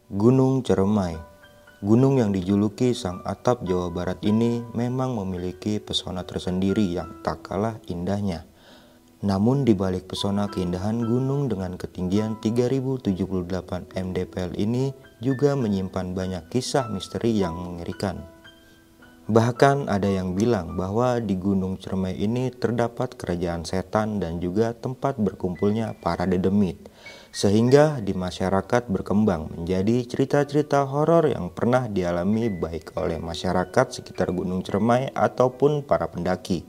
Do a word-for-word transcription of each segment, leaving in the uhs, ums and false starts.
Gunung Ciremai. Gunung yang dijuluki Sang Atap Jawa Barat ini memang memiliki pesona tersendiri yang tak kalah indahnya. Namun di balik pesona keindahan gunung dengan ketinggian tiga ribu tujuh puluh delapan mdpl ini juga menyimpan banyak kisah misteri yang mengerikan. Bahkan ada yang bilang bahwa di Gunung Ciremai ini terdapat kerajaan setan dan juga tempat berkumpulnya para dedemit. Sehingga di masyarakat berkembang menjadi cerita-cerita horor yang pernah dialami baik oleh masyarakat sekitar Gunung Ciremai ataupun para pendaki.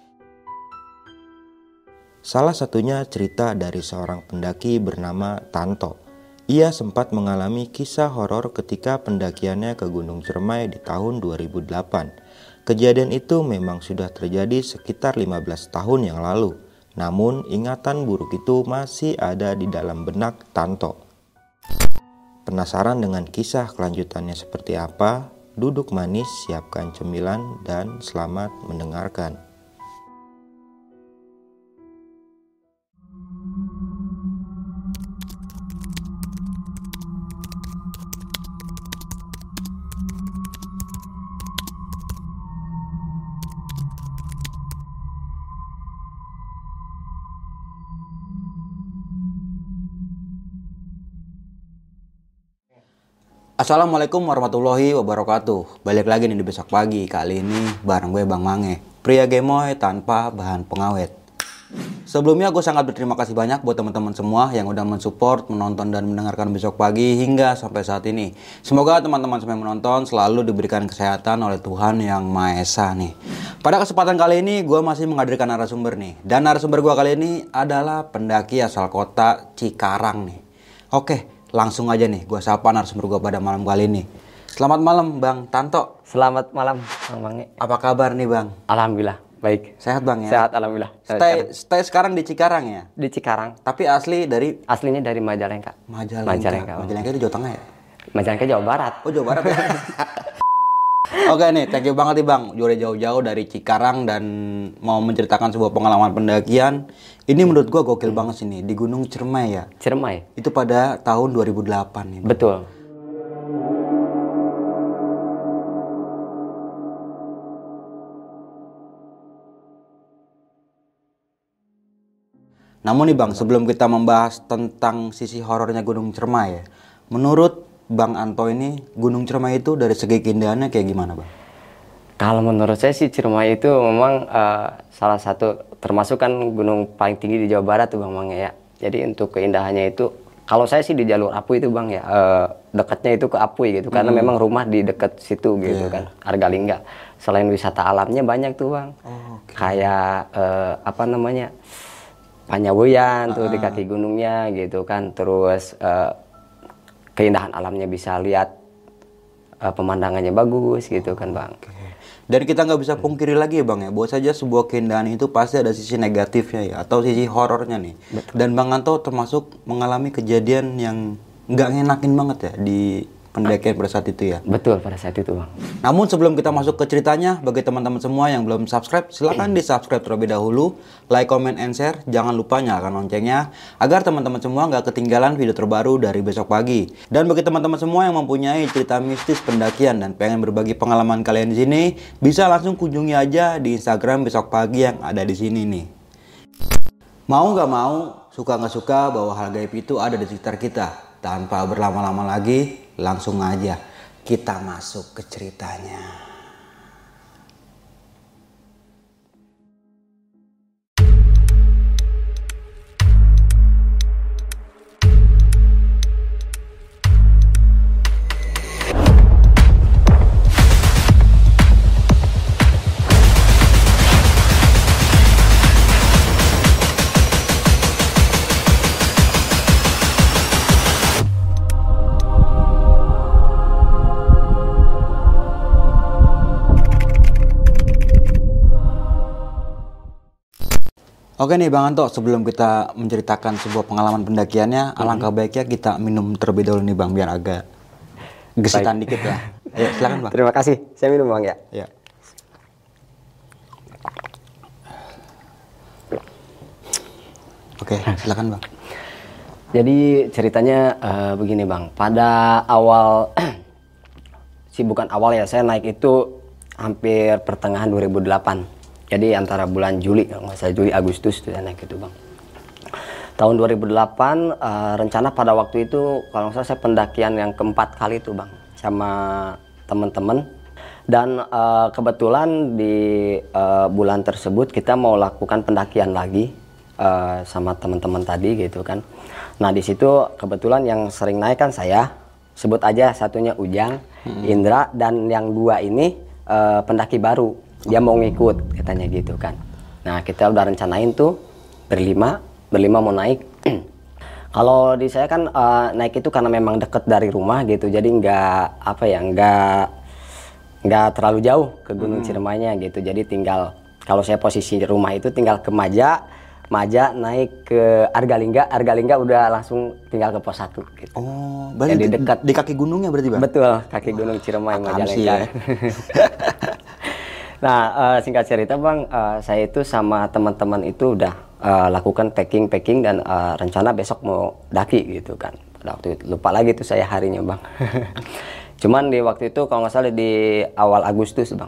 Salah satunya cerita dari seorang pendaki bernama Tanto. Ia sempat mengalami kisah horor ketika pendakiannya ke Gunung Ciremai di tahun dua ribu delapan. Kejadian itu memang sudah terjadi sekitar lima belas tahun yang lalu. Namun ingatan buruk itu masih ada di dalam benak Tanto. Penasaran dengan kisah kelanjutannya seperti apa? Duduk manis, siapkan cemilan, dan selamat mendengarkan. Assalamualaikum warahmatullahi wabarakatuh. Balik lagi nih di Besok Pagi. Kali ini bareng gue Bang Mange, pria gemoy tanpa bahan pengawet. Sebelumnya gue sangat berterima kasih banyak buat teman-teman semua yang udah mensupport, menonton dan mendengarkan Besok Pagi hingga sampai saat ini. Semoga teman-teman semua yang menonton selalu diberikan kesehatan oleh Tuhan Yang Maha Esa nih. Pada kesempatan kali ini gue masih menghadirkan narasumber nih. Dan narasumber gue kali ini adalah pendaki asal kota Cikarang nih. Oke, langsung aja nih, gue sapa narasumber gue pada malam kali ini. Selamat malam Bang Tanto. Selamat malam Bang Mange. Apa kabar nih Bang? Alhamdulillah, baik. Sehat Bang ya? Sehat, alhamdulillah. Stay, stay sekarang di Cikarang ya? Di Cikarang. Tapi asli dari? Aslinya dari Majalengka. Majalengka. Majalengka, Majalengka itu Jawa Tengah ya? Majalengka Jawa Barat. Oh Jawa Barat ya? Oke nih, thank you banget nih Bang. Udah jauh-jauh dari Cikarang dan mau menceritakan sebuah pengalaman pendakian. Ini menurut gua gokil hmm. banget sih nih, di Gunung Ciremai ya. Ciremai. Itu pada tahun dua ribu delapan nih. Bang. Betul. Namun nih Bang, sebelum kita membahas tentang sisi horornya Gunung Ciremai ya, menurut Bang Anto ini Gunung Ciremai itu dari segi keindahannya kayak gimana Bang? Kalau menurut saya sih Ciremai itu memang uh, salah satu termasuk kan gunung paling tinggi di Jawa Barat tuh Bang Mange ya. Jadi untuk keindahannya itu kalau saya sih di jalur Apui itu Bang ya, uh, dekatnya itu ke Apui gitu. Karena hmm. memang rumah di dekat situ gitu yeah. kan, Argalingga. Selain wisata alamnya banyak tuh Bang. Oh, okay. Kayak uh, apa namanya? Panyabuyan uh-huh. tuh di kaki gunungnya gitu kan. Terus uh, keindahan alamnya bisa lihat uh, pemandangannya bagus gitu kan Bang. Okay. Dan kita nggak bisa pungkiri lagi ya Bang ya, bahwa saja sebuah keindahan itu pasti ada sisi negatifnya ya, atau sisi horornya nih. Betul. Dan Bang Anto termasuk mengalami kejadian yang nggak ngenakin banget ya di pendakian pada saat itu ya. Betul, pada saat itu Bang. Namun sebelum kita masuk ke ceritanya, bagi teman-teman semua yang belum subscribe, silakan di subscribe terlebih dahulu, like, comment, and share. Jangan lupa nyalakan loncengnya, agar teman-teman semua nggak ketinggalan video terbaru dari Besok Pagi. Dan bagi teman-teman semua yang mempunyai cerita mistis pendakian dan pengen berbagi pengalaman kalian di sini, bisa langsung kunjungi aja di Instagram Besok Pagi yang ada di sini nih. Mau nggak mau, suka nggak suka, bahwa hal gaib itu ada di sekitar kita. Tanpa berlama-lama lagi, langsung aja kita masuk ke ceritanya. Oke nih Bang Anto, sebelum kita menceritakan sebuah pengalaman pendakiannya, mm-hmm. alangkah baiknya kita minum terlebih dahulu nih Bang, biar agak gesitan dikit ya. Ayo silakan Bang. Terima kasih, saya minum Bang ya. Ya. Oke, silakan Bang. Jadi ceritanya uh, begini bang, pada awal sih bukan awal ya, saya naik itu hampir pertengahan dua ribu delapan. Jadi antara bulan Juli, kalau nggak salah Juli Agustus tuh saya naik itu bang. Tahun dua ribu delapan uh, rencana pada waktu itu kalau nggak salah saya pendakian yang keempat kali tuh bang sama teman-teman. Dan uh, kebetulan di uh, bulan tersebut kita mau lakukan pendakian lagi uh, sama teman-teman tadi gitu kan. Nah di situ kebetulan yang sering naik kan saya, sebut aja satunya Ujang, hmm. Indra, dan yang dua ini uh, pendaki baru, dia mau ngikut katanya gitu kan. Nah kita udah rencanain tuh berlima, berlima mau naik. Kalau di saya kan uh, naik itu karena memang deket dari rumah gitu, jadi nggak apa ya, nggak nggak terlalu jauh ke Gunung hmm. Ciremainya gitu. Jadi tinggal kalau saya posisi di rumah itu tinggal ke Maja. Maja naik ke Argalingga, Argalingga udah langsung tinggal ke pos satu gitu. Oh, berarti jadi di, dekat di kaki gunungnya berarti bang? Betul, kaki Gunung Ciremai Majalengka. Ya. Nah, uh, singkat cerita bang, uh, saya itu sama teman-teman itu udah uh, lakukan packing-packing dan uh, rencana besok mau daki gitu kan. Pada waktu itu lupa lagi tuh saya harinya bang. Cuman di waktu itu kalau nggak salah di awal Agustus bang,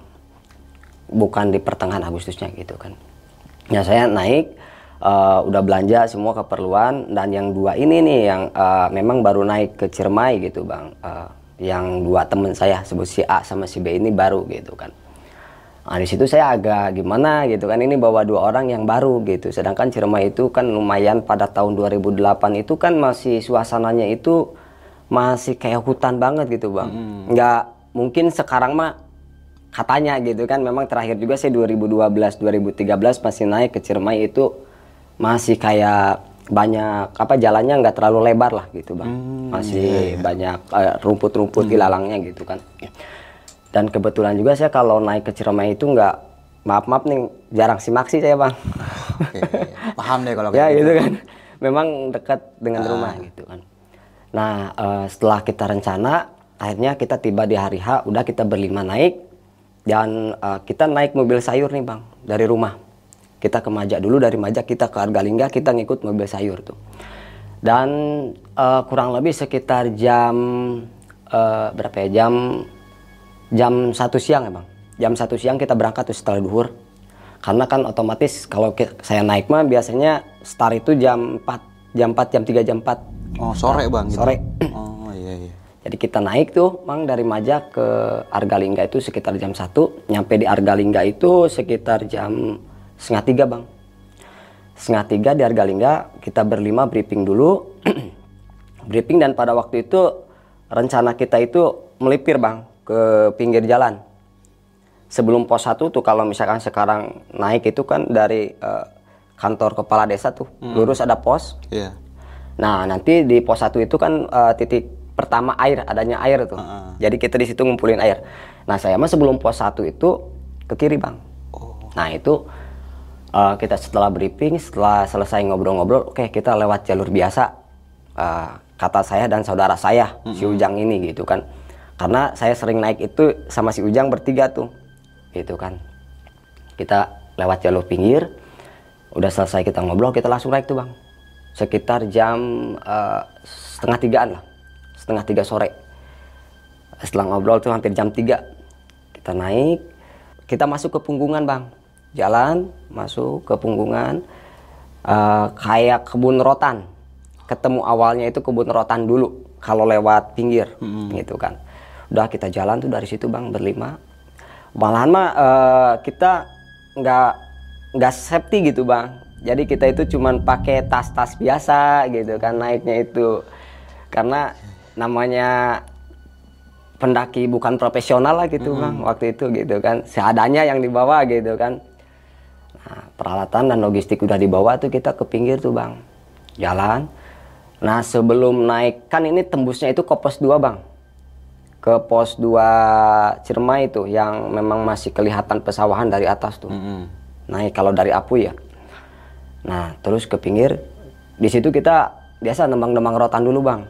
bukan di pertengahan Agustusnya gitu kan. Nah saya naik. Uh, udah belanja semua keperluan, dan yang dua ini nih yang uh, memang baru naik ke Ciremai gitu bang. Uh, yang dua temen saya sebut si A sama si B ini baru gitu kan. Nah di situ saya agak gimana gitu kan, ini bawa dua orang yang baru gitu. Sedangkan Ciremai itu kan lumayan pada tahun dua ribu delapan itu kan masih suasananya itu masih kayak hutan banget gitu bang. Hmm. Nggak mungkin sekarang mah katanya gitu kan. Memang terakhir juga saya dua ribu dua belas dua ribu tiga belas masih naik ke Ciremai itu masih kayak banyak apa jalannya nggak terlalu lebar lah gitu bang. Hmm, masih iya. banyak uh, rumput-rumput hmm. ilalangnya gitu kan. Dan kebetulan juga saya kalau naik ke Ciremai itu nggak, maaf-maaf nih, jarang simak sih saya bang. Oke, paham deh kalau ya gitu. gitu kan, memang dekat dengan ah. rumah gitu kan. Nah uh, setelah kita rencana, akhirnya kita tiba di hari H, udah kita berlima naik, dan uh, kita naik mobil sayur nih bang dari rumah. Kita ke Maja dulu, dari Maja kita ke Argalingga, kita ngikut mobil sayur tuh. Dan uh, kurang lebih sekitar jam uh, berapa ya, jam jam satu siang ya bang. Jam satu siang kita berangkat tuh setelah duhur. Karena kan otomatis kalau saya naik mah biasanya start itu jam empat, jam empat, jam tiga, jam empat. Oh sore nah, bang gitu? Sore. Oh iya iya. Jadi kita naik tuh bang dari Maja ke Argalingga itu sekitar jam satu. Nyampe di Argalingga itu sekitar jam setengah tiga bang. Setengah tiga di Argalingga kita berlima briefing dulu. Briefing, dan pada waktu itu rencana kita itu melipir bang ke pinggir jalan. Sebelum pos satu tuh, kalau misalkan sekarang naik itu kan dari uh, kantor kepala desa tuh hmm. lurus ada pos. Yeah. Nah nanti di pos satu itu kan uh, titik pertama air, adanya air tuh. Uh-uh. Jadi kita di situ ngumpulin air. Nah saya mah sebelum pos satu itu ke kiri bang. Oh. Nah itu Uh, kita setelah briefing, setelah selesai ngobrol-ngobrol, oke okay, kita lewat jalur biasa, uh, kata saya dan saudara saya, mm-hmm. si Ujang ini gitu kan. Karena saya sering naik itu sama si Ujang bertiga tuh, gitu kan. Kita lewat jalur pinggir, udah selesai kita ngobrol, kita langsung naik tuh bang. Sekitar jam uh, setengah tigaan lah, setengah tiga sore. Setelah ngobrol tuh hampir jam tiga, kita naik, kita masuk ke Punggungan bang. Jalan masuk ke Punggungan, uh, kayak kebun rotan. Ketemu awalnya itu kebun rotan dulu kalau lewat pinggir, mm-hmm. gitu kan. Udah kita jalan tuh dari situ bang berlima. Malahan mah uh, kita nggak nggak safety gitu bang. Jadi kita itu cuman pakai tas-tas biasa gitu kan naiknya itu, karena namanya pendaki bukan profesional lah gitu, mm-hmm. bang waktu itu gitu kan. Seadanya yang dibawa gitu kan. Nah, peralatan dan logistik udah dibawa tuh, kita ke pinggir tuh bang, jalan. Nah sebelum naik kan ini tembusnya itu ke pos dua bang, ke pos dua Ciremai itu yang memang masih kelihatan pesawahan dari atas tuh. Mm-hmm. Naik kalau dari Apu ya. Nah terus ke pinggir, di situ kita biasa nembang-nembang rotan dulu bang,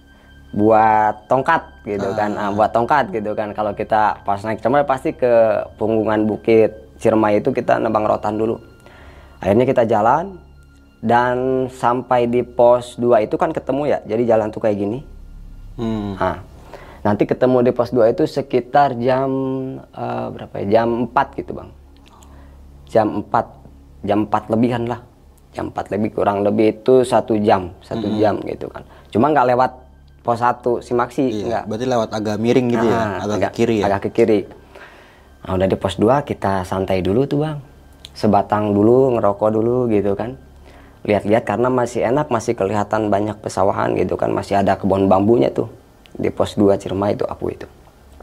buat tongkat gitu ah. kan, nah, buat tongkat gitu kan. Kalau kita pas naik Ciremai pasti ke Punggungan Bukit Ciremai itu kita nebang rotan dulu. Akhirnya kita jalan, Dan sampai di pos dua itu kan ketemu ya, jadi jalan tuh kayak gini. Hmm. Nah, nanti ketemu di pos dua itu sekitar jam uh, berapa ya? Jam empat gitu bang. Jam empat, jam empat lebihan lah. Jam empat lebih, kurang lebih itu satu jam, satu hmm. jam gitu kan. Cuma nggak lewat pos satu Simaksi, iya, nggak. Berarti lewat agak miring gitu nah, ya, agak, agak ke kiri ya? Agak ke kiri. Nah udah di pos dua kita santai dulu tuh bang. Sebatang dulu, ngerokok dulu gitu kan. Lihat-lihat karena masih enak, masih kelihatan banyak pesawahan gitu kan. Masih ada kebun bambunya tuh di pos dua Ciremai itu, Apu itu.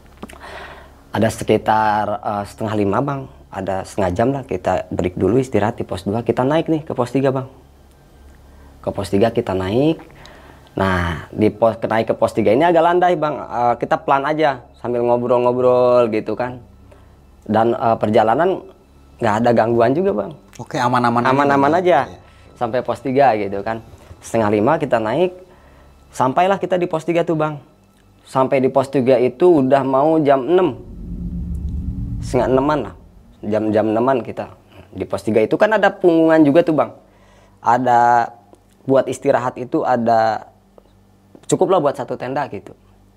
Ada sekitar uh, setengah lima bang. Ada setengah jam lah kita break dulu istirahat di pos dua. Kita naik nih ke pos tiga bang. Ke pos tiga kita naik. Nah di pos naik ke pos tiga ini agak landai bang. Uh, kita pelan aja sambil ngobrol-ngobrol gitu kan. Dan uh, perjalanan nggak ada gangguan juga bang. Oke, aman-aman aja. Aman-aman aja. Sampai pos tiga gitu kan. Setengah lima kita naik. Sampailah kita di pos tiga tuh bang. Sampai di pos tiga itu udah mau jam enam. Setengah enaman lah. Jam-jam enaman kita. Di pos tiga itu kan ada punggungan juga tuh bang. Ada buat istirahat itu ada. Cukup lah buat satu tenda gitu.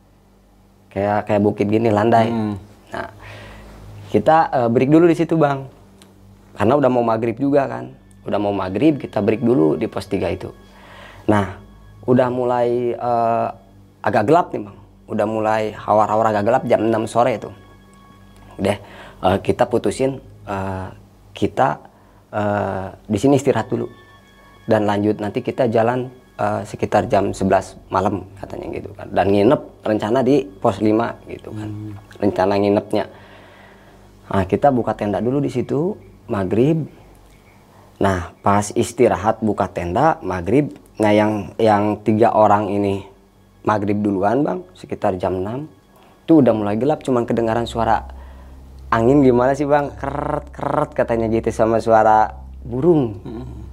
Kayak kayak bukit gini landai. Hmm. Nah, kita uh, break dulu di situ bang. Karena udah mau maghrib juga kan. Udah mau maghrib kita break dulu di pos tiga itu. Nah udah mulai uh, agak gelap nih bang. Udah mulai hawar-hawar agak gelap jam enam sore itu. Udah uh, kita putusin uh, kita uh, di sini istirahat dulu. Dan lanjut nanti kita jalan uh, sekitar jam sebelas malam katanya gitu kan. Dan nginep rencana di pos lima gitu kan. Hmm. Rencana nginepnya. Nah kita buka tenda dulu di situ maghrib. Nah pas istirahat buka tenda maghrib, nah yang yang tiga orang ini maghrib duluan bang, sekitar jam enam, itu udah mulai gelap, cuman kedengaran suara angin gimana sih bang, keret keret katanya gitu sama suara burung.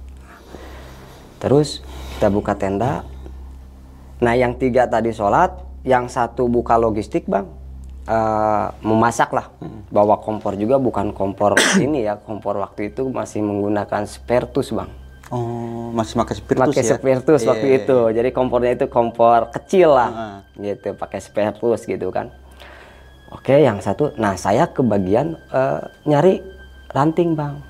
Terus kita buka tenda, nah yang tiga tadi sholat, yang satu buka logistik bang. Uh, memasak lah, bawa kompor juga, bukan kompor ini ya, kompor waktu itu masih menggunakan Spertus bang. Oh, masih pakai Spertus pakai ya? Spertus waktu yeah, itu, yeah. Jadi kompornya itu kompor kecil lah, uh-huh. gitu, pakai Spertus gitu kan. Oke, yang satu, nah saya kebagian uh, nyari ranting bang,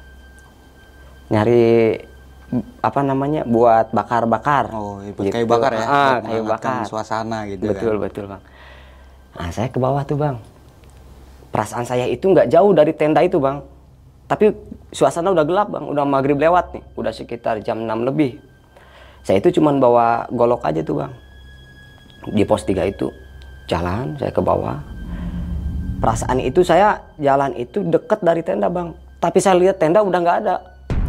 nyari apa namanya buat bakar-bakar. Oh, buat gitu. Kayu bakar ya? Ah, kayu bakar. Suasana gitu. Betul kan? betul bang. Nah saya ke bawah tuh bang. Perasaan saya itu nggak jauh dari tenda itu bang. Tapi suasana udah gelap bang. Udah maghrib lewat nih. Udah sekitar jam enam lebih. Saya itu cuman bawa golok aja tuh bang. Di pos tiga itu. Jalan saya ke bawah. Perasaan itu saya jalan itu deket dari tenda bang. Tapi saya lihat tenda udah nggak ada.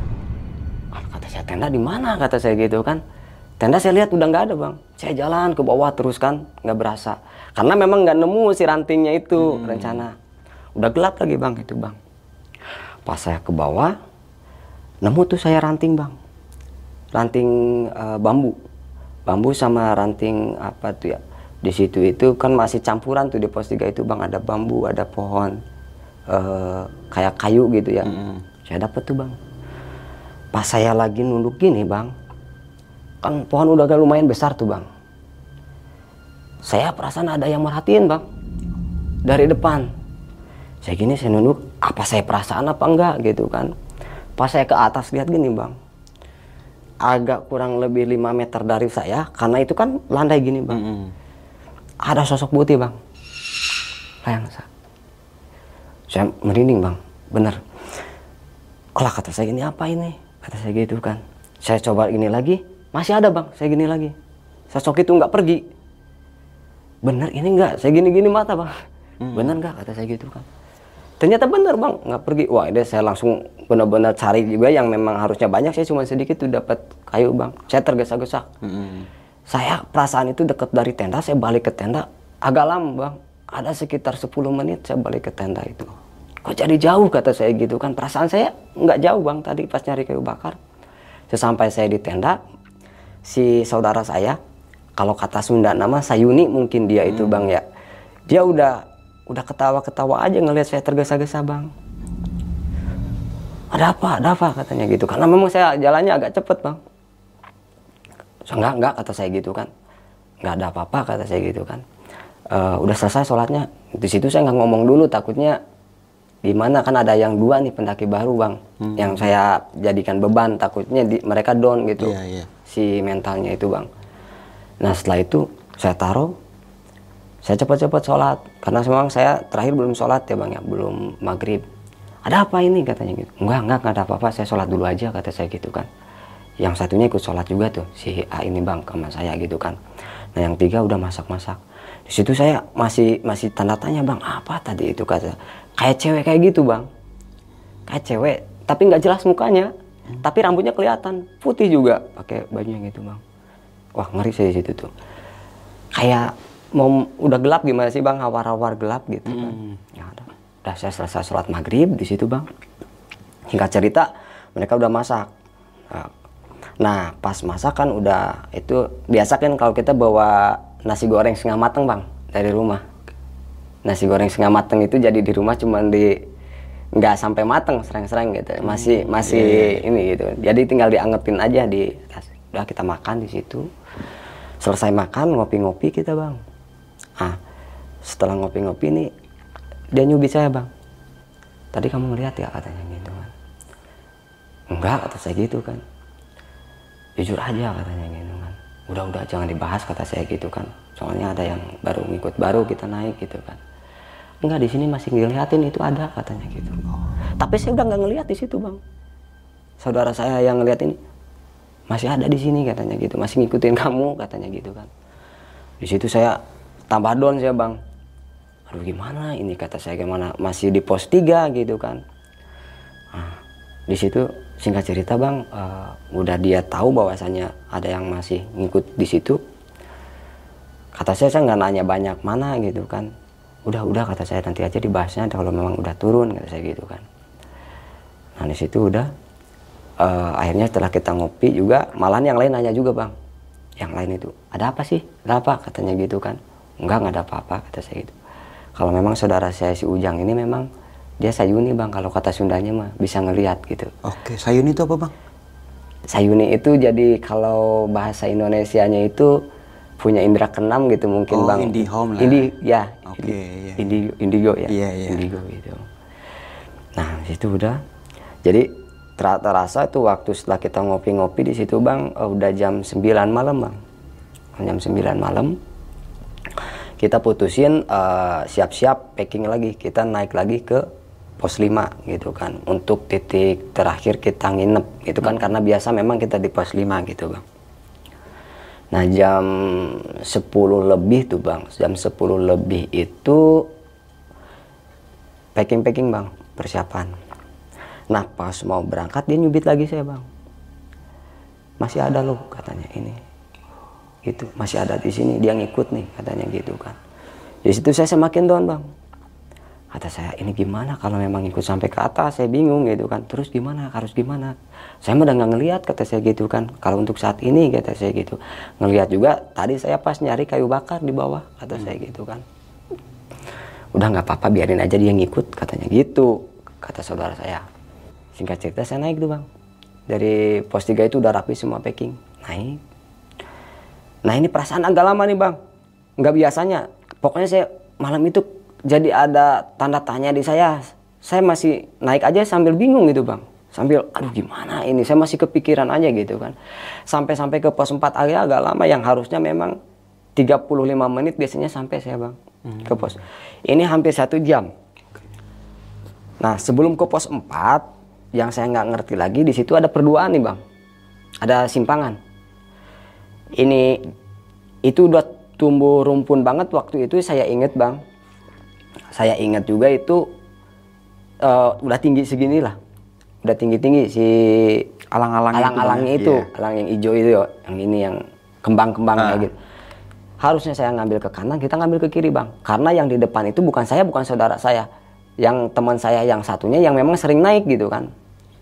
Kata saya tenda di mana? Kata saya gitu kan. Tenda saya lihat udah nggak ada bang. Saya jalan ke bawah terus kan. Nggak berasa. Karena memang nggak nemu si rantingnya itu hmm. rencana. Udah gelap lagi bang itu bang. Pas saya ke bawah, nemu tuh saya ranting bang. Ranting uh, bambu. Bambu sama ranting apa tuh ya. Di situ itu kan masih campuran tuh di pos tiga itu bang. Ada bambu, ada pohon. Uh, kayak kayu gitu ya. Hmm. Saya dapet tuh bang. Pas saya lagi nunduk gini bang. Kan pohon udah agak lumayan besar tuh bang. Saya perasaan ada yang merhatiin bang. Dari depan. Saya gini saya nunduk. Apa saya perasaan apa enggak gitu kan. Pas saya ke atas lihat gini bang. Agak kurang lebih lima meter dari saya. Karena itu kan landai gini bang. Mm-hmm. Ada sosok putih bang. Layang saya. Saya merinding bang. Bener. Kalau kata saya gini apa ini. Kata saya gitu kan. Saya coba gini lagi. Masih ada bang. Saya gini lagi. Sosok itu nggak pergi. Bener ini enggak, saya gini-gini mata bang. Hmm. Bener enggak kata saya gitu kan. Ternyata bener bang, nggak pergi. Wah ini saya langsung benar-benar cari juga yang memang harusnya banyak. Saya cuma sedikit tuh dapat kayu bang. Saya tergesa-gesa. Hmm. Saya perasaan itu dekat dari tenda, saya balik ke tenda. Agak lama bang, ada sekitar sepuluh menit saya balik ke tenda itu. Kok jadi jauh kata saya gitu kan. Perasaan saya nggak jauh bang tadi pas nyari kayu bakar. Sesampai saya di tenda, si saudara saya, kalau kata Sunda nama Sayuni mungkin dia itu hmm. bang ya. Dia udah udah ketawa-ketawa aja ngelihat saya tergesa-gesa bang. Ada apa? Ada apa katanya gitu. Karena memang saya jalannya agak cepet bang. So, enggak enggak kata saya gitu kan, nggak ada apa-apa kata saya gitu kan. E, udah selesai sholatnya. Di situ saya nggak ngomong dulu, takutnya gimana, kan ada yang dua nih pendaki baru bang, hmm. yang saya jadikan beban, takutnya di, mereka down gitu, yeah, yeah. si mentalnya itu bang. Nah setelah itu saya taruh, saya cepat-cepat sholat, karena memang saya terakhir belum sholat ya bang ya, belum maghrib. Ada apa ini katanya gitu, enggak enggak nggak ada apa-apa, saya sholat dulu aja kata saya gitu kan. Yang satunya ikut sholat juga tuh si A ini bang sama saya gitu kan. Nah yang tiga udah masak-masak. Di situ saya masih masih tanda tanya bang, apa tadi itu kata. Kayak cewek kayak gitu bang, kayak cewek tapi nggak jelas mukanya, hmm. tapi rambutnya kelihatan putih juga, pakai bajunya gitu bang. Wah ngeri saya di situ tuh, kayak mau udah gelap gimana sih bang, hawar-hawar gelap gitu kan. Hmm. Ya udah, udah saya selesai sholat maghrib di situ bang. Singkat cerita mereka udah masak. Nah pas masak kan udah itu biasa kan kalau kita bawa nasi goreng setengah mateng bang dari rumah. Nasi goreng setengah mateng itu jadi di rumah cuman di nggak sampai mateng, sereng-sereng gitu, masih masih yeah. ini gitu. Jadi tinggal diangetin aja di, udah kita makan di situ. Selesai makan ngopi-ngopi kita bang. Ah setelah ngopi-ngopi nih dia nyubit saya bang. Tadi kamu ngeliat ya katanya gitu kan. Enggak kata saya gitu kan. Jujur aja katanya gitu kan. Udah-udah jangan dibahas kata saya gitu kan. Soalnya ada yang baru ngikut baru kita naik gitu kan. Enggak, di sini masih ngeliatin itu ada katanya gitu. Oh. Tapi saya udah nggak ngeliat di situ bang. Saudara saya yang ngeliat ini masih ada di sini katanya gitu, masih ngikutin kamu katanya gitu kan. Di situ saya tambah down saya bang. Aduh gimana ini kata saya, gimana masih di pos tiga gitu kan. Nah, di situ singkat cerita bang, uh, udah dia tahu bahwasannya ada yang masih ngikut di situ. Kata saya saya nggak nanya banyak mana gitu kan. Udah udah kata saya nanti aja dibahasnya kalau memang udah turun kata saya gitu kan. Nah di situ udah uh, akhirnya setelah kita ngopi juga malahan yang lain nanya juga bang, yang lain itu ada apa sih, ada apa katanya gitu kan. Enggak nggak ada apa-apa kata saya gitu. Kalau memang saudara saya si Ujang ini memang dia sayuni bang, kalau kata Sundanya mah bisa ngelihat gitu. Oke, sayuni itu apa bang? Sayuni itu jadi kalau bahasa Indonesianya itu punya indera keenam gitu mungkin oh, bang. Indihome lah. Indi ya. Oke. Okay, yeah. Indigo, indigo ya. Yeah, yeah. Indigo gitu. Nah situ udah. Jadi terasa itu waktu setelah kita ngopi-ngopi di situ bang, uh, udah jam sembilan malam bang. Jam sembilan malam. Kita putusin uh, siap-siap packing lagi. Kita naik lagi ke pos lima gitu kan. Untuk titik terakhir kita nginep gitu kan. Hmm. Karena biasa memang kita di pos lima gitu bang. Nah jam sepuluh lebih tuh bang, jam sepuluh lebih itu packing-packing bang, persiapan. Nah pas mau berangkat dia nyubit lagi saya bang. Masih ada loh katanya ini, gitu, masih ada di sini, dia ngikut nih katanya gitu kan. Di situ saya semakin down bang. Kata saya ini gimana kalau memang ikut sampai ke atas, saya bingung gitu kan. Terus gimana, harus gimana? Saya mah udah nggak ngelihat kata saya gitu kan. Kalau untuk saat ini kata saya gitu. Ngelihat juga tadi saya pas nyari kayu bakar di bawah kata hmm. saya gitu kan. Udah nggak apa-apa biarin aja dia ngikut katanya gitu. Kata saudara saya. Singkat cerita saya naik tuh bang. Dari pos tiga itu udah rapi semua packing. Naik. Nah ini perasaan agak lama nih bang. Nggak biasanya. Pokoknya saya malam itu jadi ada tanda tanya di saya. Saya masih naik aja sambil bingung gitu bang. Sambil aduh gimana ini. Saya masih kepikiran aja gitu kan. Sampai-sampai ke pos empat agak agak lama. Yang harusnya memang tiga puluh lima menit biasanya sampai saya bang. Hmm. Ke pos. Ini hampir satu jam. Nah sebelum ke pos empat. Yang saya nggak ngerti lagi. Di situ ada perduaan nih bang. Ada simpangan. Ini. Itu udah tumbuh rumpun banget waktu itu saya inget bang. Saya ingat juga itu uh, udah tinggi segini lah, udah tinggi-tinggi si alang-alang alang-alangnya itu, yeah. Alang yang hijau itu, yo. Yang ini yang kembang-kembangnya uh. gitu. Harusnya saya ngambil ke kanan, kita ngambil ke kiri bang, karena yang di depan itu bukan saya, bukan saudara saya, yang teman saya yang satunya yang memang sering naik gitu kan,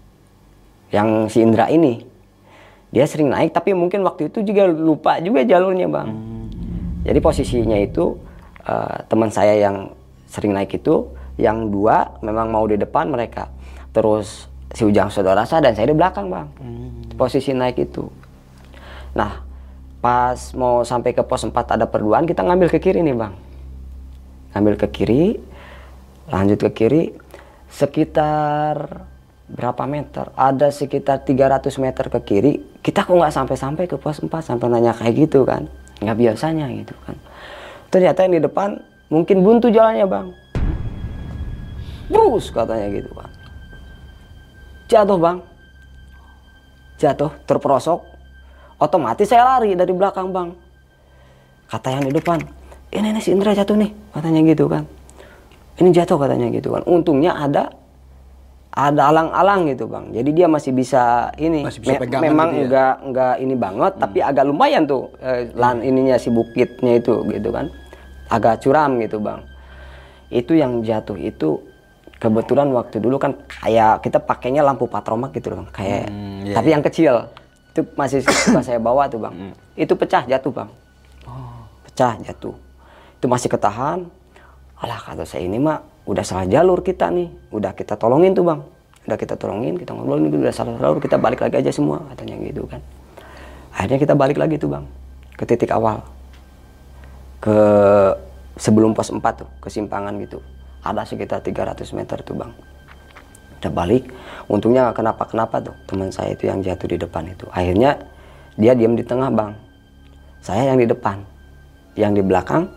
yang si Indra ini, dia sering naik tapi mungkin waktu itu juga lupa juga jalurnya bang. Hmm. Jadi posisinya itu uh, teman saya yang sering naik itu, yang dua memang mau di depan mereka. Terus si Ujang saudara saya dan saya di belakang bang. Hmm. Posisi naik itu. Nah Pas mau sampai ke pos empat ada perduaan, kita ngambil ke kiri nih bang. Ngambil ke kiri, lanjut ke kiri, sekitar berapa meter? Ada sekitar tiga ratus meter ke kiri. Kita kok nggak sampai-sampai ke pos empat, sampai nanya kayak gitu kan. Nggak biasanya gitu kan. Ternyata yang di depan mungkin buntu jalannya bang. Brus katanya gitu kan. Jatuh bang. Jatuh, terperosok. Otomatis saya lari dari belakang bang. Kata yang di depan, ini nih si Indra jatuh nih, katanya gitu kan. Ini jatuh katanya gitu kan. Untungnya ada ada alang-alang gitu bang. Jadi dia masih bisa ini. Masih bisa Me gitu memang ya? enggak enggak ini banget, hmm. tapi agak lumayan tuh eh, lan ininya si bukitnya itu gitu kan. Agak curam gitu bang. Itu yang jatuh itu kebetulan waktu dulu kan kayak kita pakainya lampu patromak gitu loh, kayak hmm, iya, tapi iya. yang kecil. Itu masih suka saya bawa tuh bang. Hmm. Itu pecah jatuh bang. Oh. Pecah jatuh. Itu masih ketahan. Alah kata saya ini mah udah salah jalur kita nih. Udah kita tolongin tuh bang. Udah kita tolongin, kita ngobrol ini udah salah jalur, kita balik lagi aja semua katanya gitu kan. Akhirnya kita balik lagi tuh bang ke titik awal. Ke sebelum pos empat tuh, kesimpangan gitu. Ada sekitar tiga ratus meter tuh bang. Kita balik, untungnya gak kenapa-kenapa tuh teman saya itu yang jatuh di depan itu. Akhirnya dia diam di tengah bang, saya yang di depan, yang di belakang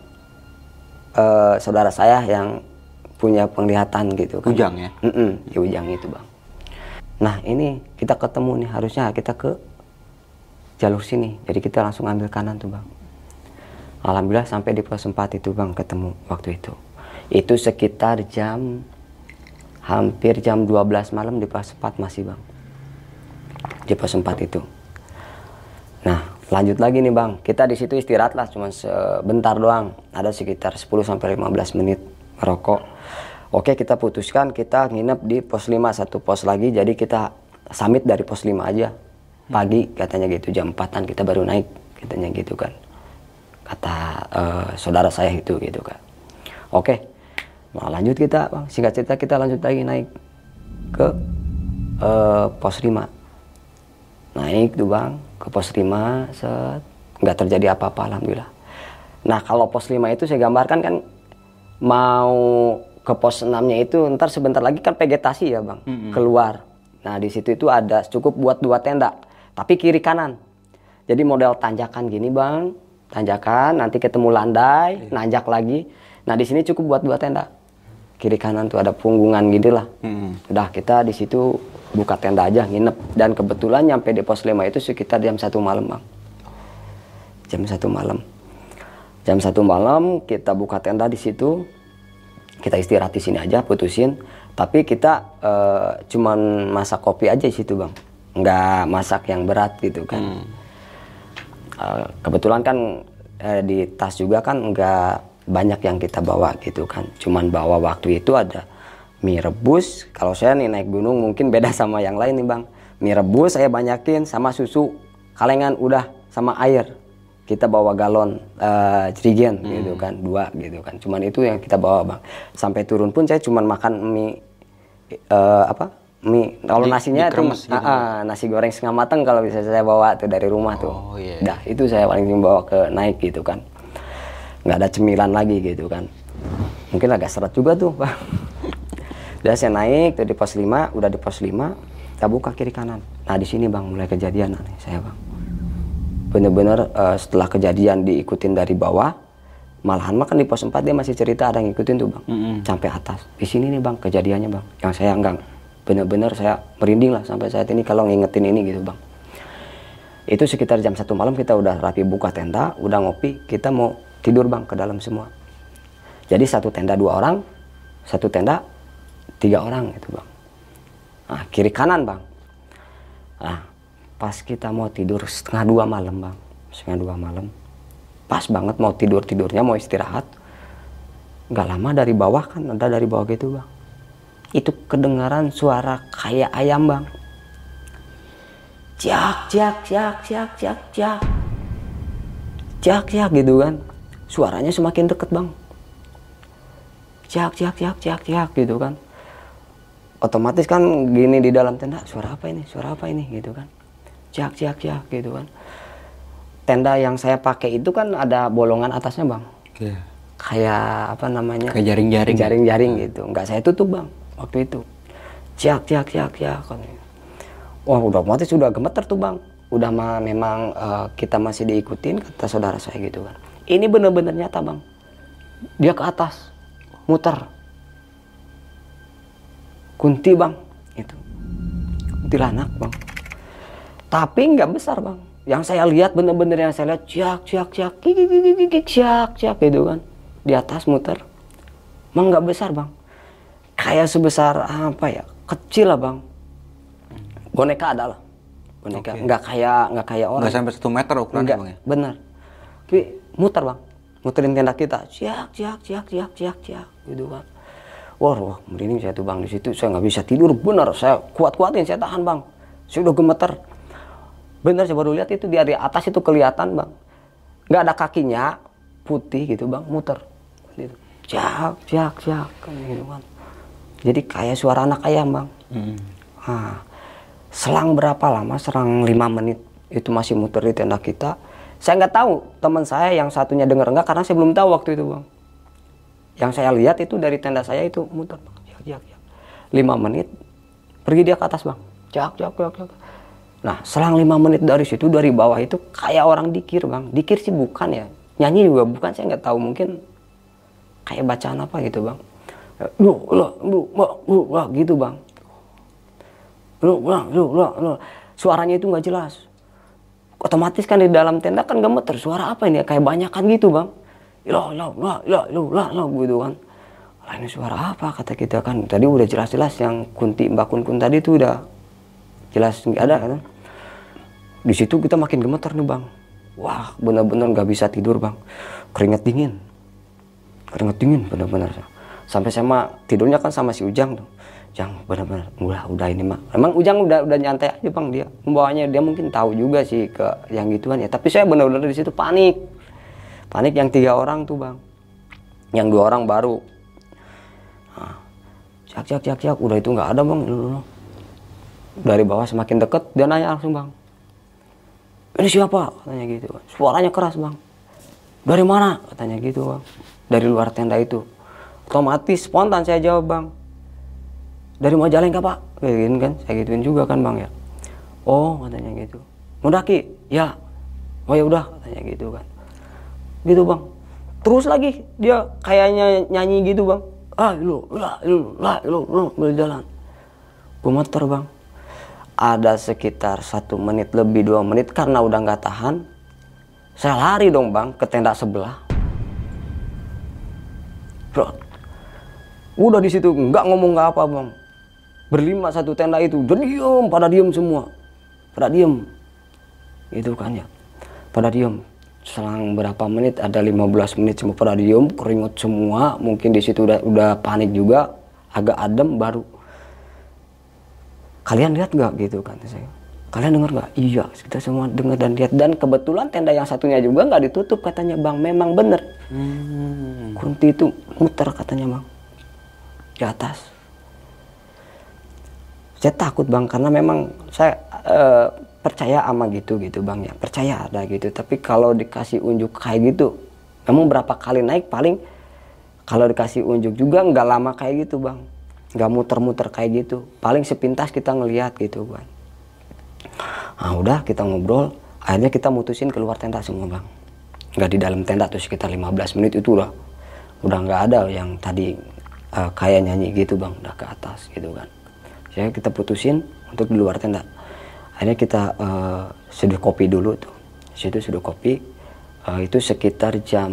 uh, saudara saya yang punya penglihatan gitu kan. Ujang ya? Mm-mm, di Ujang itu bang. Nah ini kita ketemu nih, harusnya kita ke jalur sini, jadi kita langsung ambil kanan tuh bang. Alhamdulillah sampai di pos empat itu bang, ketemu waktu itu. Itu sekitar jam hampir jam dua belas malam di pos empat masih bang, di pos empat itu. Nah lanjut lagi nih bang, kita di situ istirahat lah cuma sebentar doang, ada sekitar sepuluh sampai lima belas menit merokok. Oke kita putuskan kita nginep di pos lima, satu pos lagi, jadi kita summit dari pos lima aja pagi katanya gitu, jam empatan kita baru naik katanya gitu kan, kata uh, saudara saya itu gitu kan. Oke. Nah lanjut kita bang, singkat cerita kita lanjut lagi naik ke uh, pos lima. Naik tuh bang ke pos lima, set, nggak terjadi apa-apa alhamdulillah. Nah kalau pos lima itu saya gambarkan kan mau ke pos enamnya itu ntar sebentar lagi kan vegetasi ya bang, mm-hmm. keluar. Nah di situ itu ada cukup buat dua tenda, tapi kiri kanan. Jadi model tanjakan gini bang, tanjakan nanti ketemu landai, yeah. nanjak lagi. Nah di sini cukup buat dua tenda. Kiri kanan tuh ada punggungan gitu lah. Hmm. Udah kita di situ buka tenda aja nginep, dan kebetulan nyampe di pos lima itu sekitar jam satu malam bang. Jam satu malam. Jam satu malam kita buka tenda di situ. Kita istirahat di sini aja, putusin. Tapi kita uh, cuman masak kopi aja di situ bang. Nggak masak yang berat gitu kan. Hmm. Uh, kebetulan kan uh, di tas juga kan nggak banyak yang kita bawa gitu kan, cuman bawa waktu itu ada mie rebus. Kalau saya nih naik gunung mungkin beda sama yang lain nih bang, mie rebus saya banyakin sama susu kalengan udah sama air. Kita bawa galon uh, jerigen hmm. gitu kan, dua gitu kan, cuman itu yang kita bawa bang. Sampai turun pun saya cuman makan mie uh, apa mie kalau nasinya tuh gitu. uh, uh, nasi goreng setengah matang kalau bisa saya bawa tuh dari rumah tuh. Oh, yeah. Dah itu saya paling bawa ke naik gitu kan. Nggak ada cemilan lagi gitu kan, mungkin agak seret juga tuh bang. Udah saya naik tuh di pos lima, udah di pos lima kita buka kiri kanan. Nah di sini bang mulai kejadian nih saya bang, bener-bener uh, setelah kejadian diikutin dari bawah, malahan mah kan di pos empat dia masih cerita ada yang ngikutin tuh bang, mm-hmm. sampai atas. Di sini nih bang kejadiannya bang, yang saya enggak bener-bener saya merinding lah sampai saat ini kalau ngingetin ini gitu bang. Itu sekitar jam satu malam kita udah rapi buka tenda, udah ngopi, kita mau tidur bang ke dalam semua. Jadi satu tenda dua orang, satu tenda tiga orang gitu bang. Nah kiri kanan bang. Nah pas kita mau tidur setengah dua malam bang, setengah dua malam, pas banget mau tidur tidurnya mau istirahat. Gak lama dari bawah kan ada dari bawah gitu bang. Itu kedengaran suara kayak ayam bang. Jak jak jak jak jak jak jak jak gitu kan. Suaranya semakin deket bang, jak jak jak jak jak gitu kan. Otomatis kan gini di dalam tenda, suara apa ini, suara apa ini gitu kan, jak jak jak gitu kan. tenda yang saya pakai itu kan ada bolongan atasnya bang. Oke. Kayak apa namanya? Kayak jaring-jaring. Jaring-jaring gitu. Nggak saya tutup bang waktu itu. Ciak ciak ciak ciak. Wah udah otomatis sudah gemeter tuh bang. Udah mah memang uh, kita masih diikutin kata saudara saya gitu kan. Ini bener-bener nyata bang. Dia ke atas muter. Kunti bang itu. Kuntilanak bang. Tapi nggak besar bang. Yang saya lihat bener-bener yang saya lihat ciak ciak ciak kik kik kik kik ciak ciak gitu kan. Di atas muter. Emang nggak besar bang. Kayak sebesar apa ya? Kecil lah bang. Boneka ada lah. Boneka. Okay. Nggak kayak nggak kayak orang. Nggak sampai satu meter ukurannya bang ya? Bener. Tapi muter bang. Muterin tenda kita. Ciak ciak ciak ciak ciak ciak gitu kan. Wah, wah merinding saya tuh bang di situ. Saya nggak bisa tidur. Bener. Saya kuat-kuatin. Saya tahan bang. Saya udah gemeter. Bener saya baru lihat itu di atas itu kelihatan bang. Nggak ada kakinya. Putih gitu bang. Muter. Gitu. Ciak ciak ciak gitu kan. Jadi kayak suara anak ayam bang. Hmm. Nah, selang berapa lama? Selang lima menit itu masih muter di tenda kita. Saya nggak tahu teman saya yang satunya dengar enggak karena saya belum tahu waktu itu bang. Yang saya lihat itu dari tenda saya itu muter bang. Jak, jak, jak. lima menit pergi dia ke atas bang. Jak, jak, jak, jak. Nah selang lima menit dari situ dari bawah itu kayak orang dikir bang. Dikir sih bukan ya. Nyanyi juga bukan, saya nggak tahu, mungkin kayak bacaan apa gitu bang. Lu, lu, lu, lu, lu, gitu bang. Lu, lu, lu, lu, lu. Suaranya itu nggak jelas. Otomatis kan di dalam tenda kan gemeter. Suara apa ini? Kayak banyakan gitu bang. Lo, lo, lo, lo, lo, lo, lo, gitu kan. Lah ini suara apa kata kita kan. Tadi udah jelas-jelas yang kunti Mbak Kun Kun tadi itu udah jelas nggak ada kan. Di situ kita makin gemeter nih bang. Wah bener-bener nggak bisa tidur bang. Keringat dingin. Keringat dingin bener-bener. Sampai sama tidurnya kan sama si Ujang tuh. Ujang benar-benar udah udah ini mah. Emang Ujang udah udah nyantai aja bang dia. Membawanya dia mungkin tahu juga sih ke yang gituan ya. Tapi saya benar-benar di situ panik. Panik yang tiga orang tuh bang. Yang dua orang baru. Nah, cak cak cak cak udah itu nggak ada bang. Dari bawah semakin deket dia nanya langsung bang. Ini siapa? Katanya gitu. Suaranya keras bang. Dari mana? Katanya gitu bang. Dari luar tenda itu. Otomatis spontan saya jawab bang. Dari Majalengka pak, kayak gini kan, saya gituin juga kan bang ya. Oh katanya gitu. Mendaki, ya. Oh ya udah katanya gitu kan. Gitu bang. Terus lagi dia kayaknya nyanyi gitu bang. Ah lu, lah lu, lah lu, lu berjalan. Gemeter bang. Ada sekitar satu menit lebih dua menit karena udah nggak tahan. Saya lari dong bang ke tenda sebelah. Bro, udah di situ nggak ngomong nggak apa bang. Berlima satu tenda itu, dan diem, pada diem semua, pada diem, itu kan ya, pada diem. Selang berapa menit, ada lima belas menit semua pada diem, keringat semua, mungkin di situ udah udah panik juga, agak adem baru. Kalian lihat nggak gitu kan saya? Kalian dengar nggak? Iya, kita semua dengar dan lihat. Dan kebetulan tenda yang satunya juga nggak ditutup katanya bang, memang bener. Hmm. Kunti itu muter katanya bang, di atas. Saya takut bang karena memang saya uh, percaya sama gitu gitu bang ya, percaya ada gitu. Tapi kalau dikasih unjuk kayak gitu, memang berapa kali naik paling kalau dikasih unjuk juga nggak lama kayak gitu bang, nggak muter-muter kayak gitu. Paling sepintas kita ngelihat gitu bang. Nah udah kita ngobrol, akhirnya kita mutusin keluar tenda semua bang. Nggak di dalam tenda tuh sekitar lima belas menit itu udah udah nggak ada yang tadi uh, kayak nyanyi gitu bang, udah ke atas gitu kan. Jadi kita putusin untuk di luar tenda. Akhirnya kita uh, seduh kopi dulu tuh. Situ seduh kopi. Uh, itu sekitar jam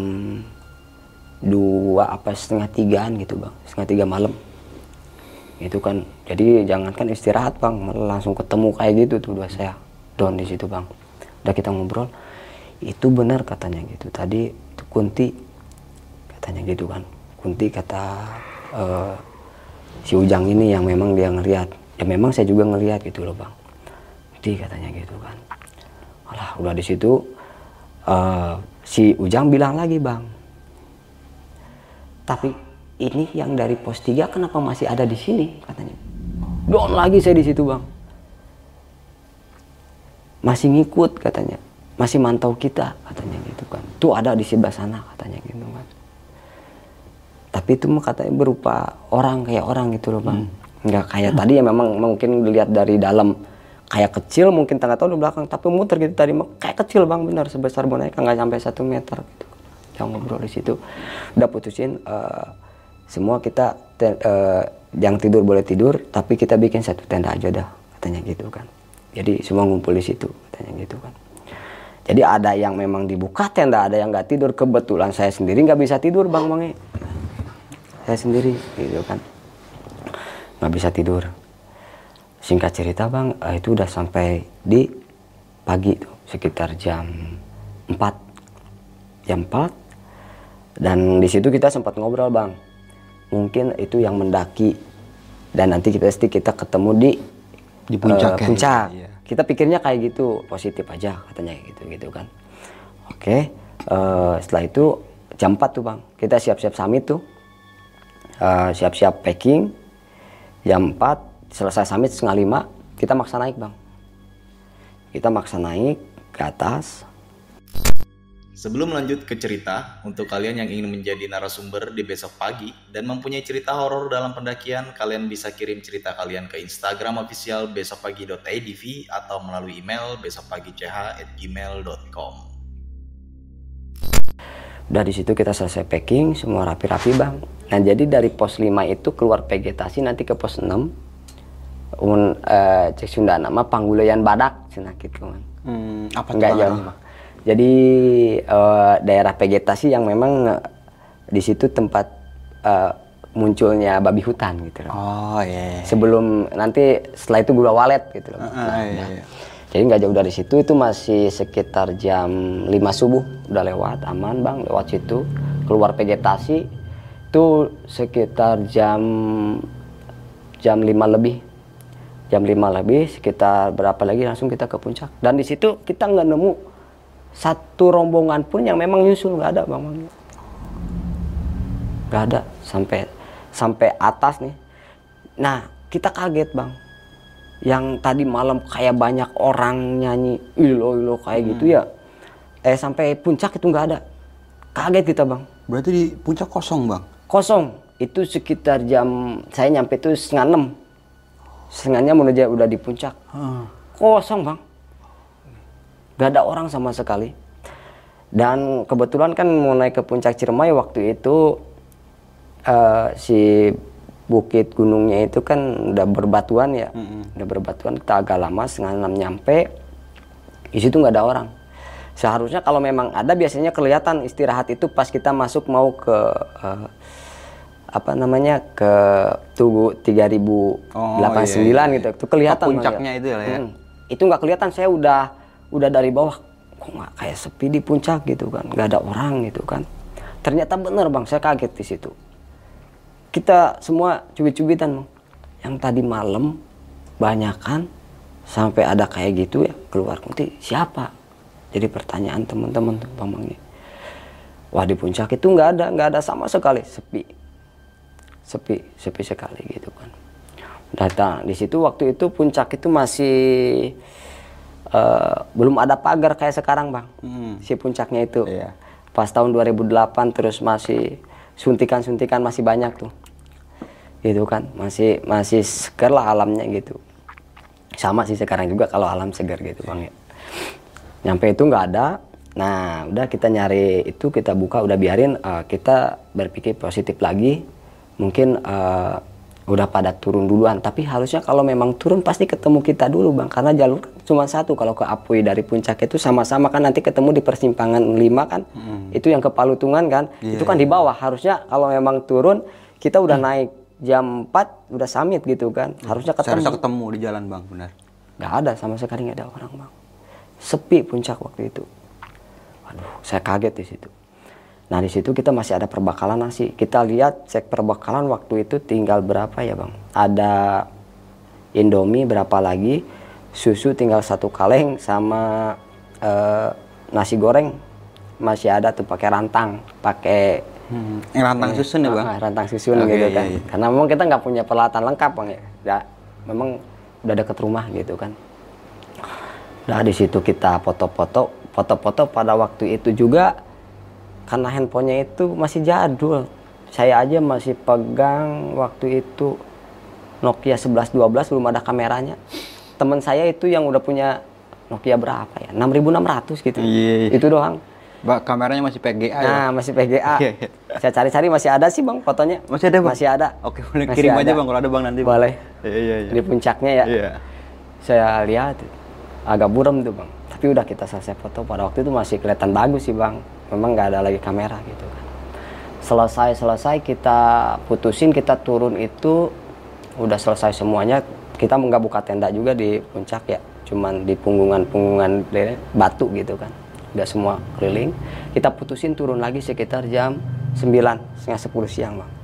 dua apa setengah tigaan gitu bang. Setengah tiga malam. Itu kan. Jadi jangankan istirahat bang. Malah langsung ketemu kayak gitu tuh dua saya. Down di situ bang. Udah kita ngobrol. Itu benar katanya gitu. Tadi itu Kunti. Katanya gitu kan. Kunti kata... Uh, si Ujang ini yang memang dia ngelihat, ya memang saya juga ngelihat gitu loh bang, di katanya gitu kan. Alah udah di situ uh, si Ujang bilang lagi bang, tapi ini yang dari pos tiga kenapa masih ada di sini katanya. Down lagi saya di situ bang, masih ngikut katanya, masih mantau kita katanya gitu kan. Tuh ada di sebelah sana katanya gitu kan. Tapi itu mah katanya berupa orang kayak orang gitu loh bang. Hmm. Nggak kayak hmm. tadi ya memang mungkin dilihat dari dalam kayak kecil mungkin tengah tahun di belakang. Tapi muter gitu tadi mah kayak kecil bang benar sebesar boneka nggak sampai satu meter gitu. Yang ngobrol di situ udah putusin uh, semua kita te, uh, yang tidur boleh tidur tapi kita bikin satu tenda aja dah katanya gitu kan. Jadi semua ngumpul di situ katanya gitu kan. Jadi ada yang memang dibuka tenda, ada yang nggak tidur. Kebetulan saya sendiri nggak bisa tidur bang Mange. Saya sendiri gitu kan, nggak bisa tidur. Singkat cerita bang, itu udah sampai di pagi tuh, sekitar jam empat, jam empat. Dan di situ kita sempat ngobrol bang. Mungkin itu yang mendaki dan nanti kita pasti kita ketemu di di puncak. Uh, puncak. Iya. Kita pikirnya kayak gitu, positif aja katanya gitu gitu kan. Oke, uh, setelah itu jam empat tuh bang, kita siap-siap summit tuh, uh, siap-siap packing. Jam empat selesai summit setengah lima, kita maksa naik bang. Kita maksa naik ke atas. Sebelum lanjut ke cerita, untuk kalian yang ingin menjadi narasumber di besok pagi dan mempunyai cerita horor dalam pendakian, kalian bisa kirim cerita kalian ke Instagram official besokpagi dot i d v atau melalui email besokpagi c h at gmail dot com. Udah di situ kita selesai packing, semua rapi-rapi bang. Nah jadi dari pos lima itu keluar vegetasi nanti ke pos enam. Un uh, cek Sunda nama Panggulayan Badak, cenah gitu kan. Hmm, apa enggak jauh bang. Jadi uh, daerah vegetasi yang memang uh, di situ tempat uh, munculnya babi hutan gitu loh. Oh iya. Yeah. Sebelum nanti setelah itu gula walet gitu loh. Uh, uh, nah, iya, iya. Jadi nggak jauh dari situ, itu masih sekitar jam lima subuh udah lewat, aman bang, lewat situ keluar vegetasi itu sekitar jam jam lima lebih, jam lima lebih sekitar berapa lagi langsung kita ke puncak. Dan di situ kita nggak nemu satu rombongan pun yang memang nyusul, nggak ada bang, nggak ada sampai sampai atas nih. Nah kita kaget bang, yang tadi malam kayak banyak orang nyanyi ilo ilo kayak hmm. gitu ya, eh sampai puncak itu nggak ada, kaget kita bang. Berarti di puncak kosong bang? Kosong, itu sekitar jam saya nyampe itu setengah enam, setengahnya menuju udah di puncak, hmm. kosong bang. Gak ada orang sama sekali. Dan kebetulan kan mau naik ke puncak Ciremai waktu itu uh, si bukit gunungnya itu kan udah berbatuan ya, mm-hmm. udah berbatuan, kita agak lama setengah enam nyampe. Di situ nggak ada orang. Seharusnya kalau memang ada biasanya kelihatan istirahat itu pas kita masuk mau ke uh, apa namanya ke Tugu tiga ribu delapan puluh sembilan oh, iya, iya. gitu, itu kelihatan. Oh, puncaknya itu ya. Hmm. Itu nggak kelihatan, saya udah udah dari bawah, kok nggak kayak sepi di puncak gitu kan, nggak ada orang gitu kan. Ternyata bener bang, saya kaget di situ. Kita semua cubit-cubitan bang, yang tadi malam banyakan sampai ada kayak gitu ya keluar, nanti siapa? Jadi pertanyaan teman-teman tuh bang bang nih. Wah di puncak itu nggak ada, nggak ada sama sekali, sepi, sepi, sepi sekali gitu kan. Datang di situ waktu itu puncak itu masih Uh, belum ada pagar kayak sekarang bang, hmm. si puncaknya itu. Iya. Pas tahun dua ribu delapan terus masih suntikan-suntikan masih banyak tuh, gitu kan, masih masih segar lah alamnya gitu. Sama sih sekarang juga kalau alam segar gitu bang ya. Nyampe itu nggak ada, nah udah kita nyari itu, kita buka udah biarin, uh, kita berpikir positif lagi, mungkin uh, udah pada turun duluan, tapi harusnya kalau memang turun pasti ketemu kita dulu bang, karena jalur cuma satu. Kalau ke Apui dari puncak itu sama-sama kan nanti ketemu di persimpangan lima kan, hmm. itu yang ke Palutungan kan, yeah, itu kan yeah. di bawah. Harusnya kalau memang turun kita udah hmm. naik jam empat udah summit gitu kan, harusnya ketemu. Harusnya ketemu di jalan bang, benar. Nggak ada sama sekali, nggak ada orang bang, sepi puncak waktu itu. Waduh, saya kaget di situ. Nah di situ kita masih ada perbakalan nasi. Kita lihat cek perbakalan waktu itu tinggal berapa ya bang? Ada Indomie berapa lagi, susu tinggal satu kaleng sama uh, nasi goreng masih ada tuh pakai rantang, pakai hmm. eh, rantang eh, susun ya bang? Uh, rantang susun okay, gitu kan. Iya, iya. Karena memang kita nggak punya peralatan lengkap bang ya. Ya memang udah deket rumah gitu kan. Nah di situ kita foto-foto foto-foto pada waktu itu juga karena handphonenya itu masih jadul. Saya aja masih pegang waktu itu Nokia sebelas dua belas, belum ada kameranya. Teman saya itu yang udah punya Nokia berapa ya? enam ribu enam ratus gitu. Iya, iya. Itu doang. Ba, kameranya masih P G A ya? Nah, masih P G A. Iya, iya. Saya cari-cari masih ada sih Bang fotonya. Masih ada Bang? Masih ada. Oke, boleh Masih kirim ada. aja Bang kalau ada Bang nanti. Bang. Boleh. Iya, iya, iya. Di puncaknya ya. Iya. Saya lihat agak buram tuh Bang. Tapi udah kita selesai foto, pada waktu itu masih kelihatan bagus sih Bang. Memang nggak ada lagi kamera gitu kan. Selesai-selesai kita putusin, kita turun itu udah selesai semuanya. Kita nggak buka tenda juga di puncak ya, cuman di punggungan-punggungan batu gitu kan. Udah semua keliling. Kita putusin turun lagi sekitar jam sembilan, setengah sepuluh siang Bang.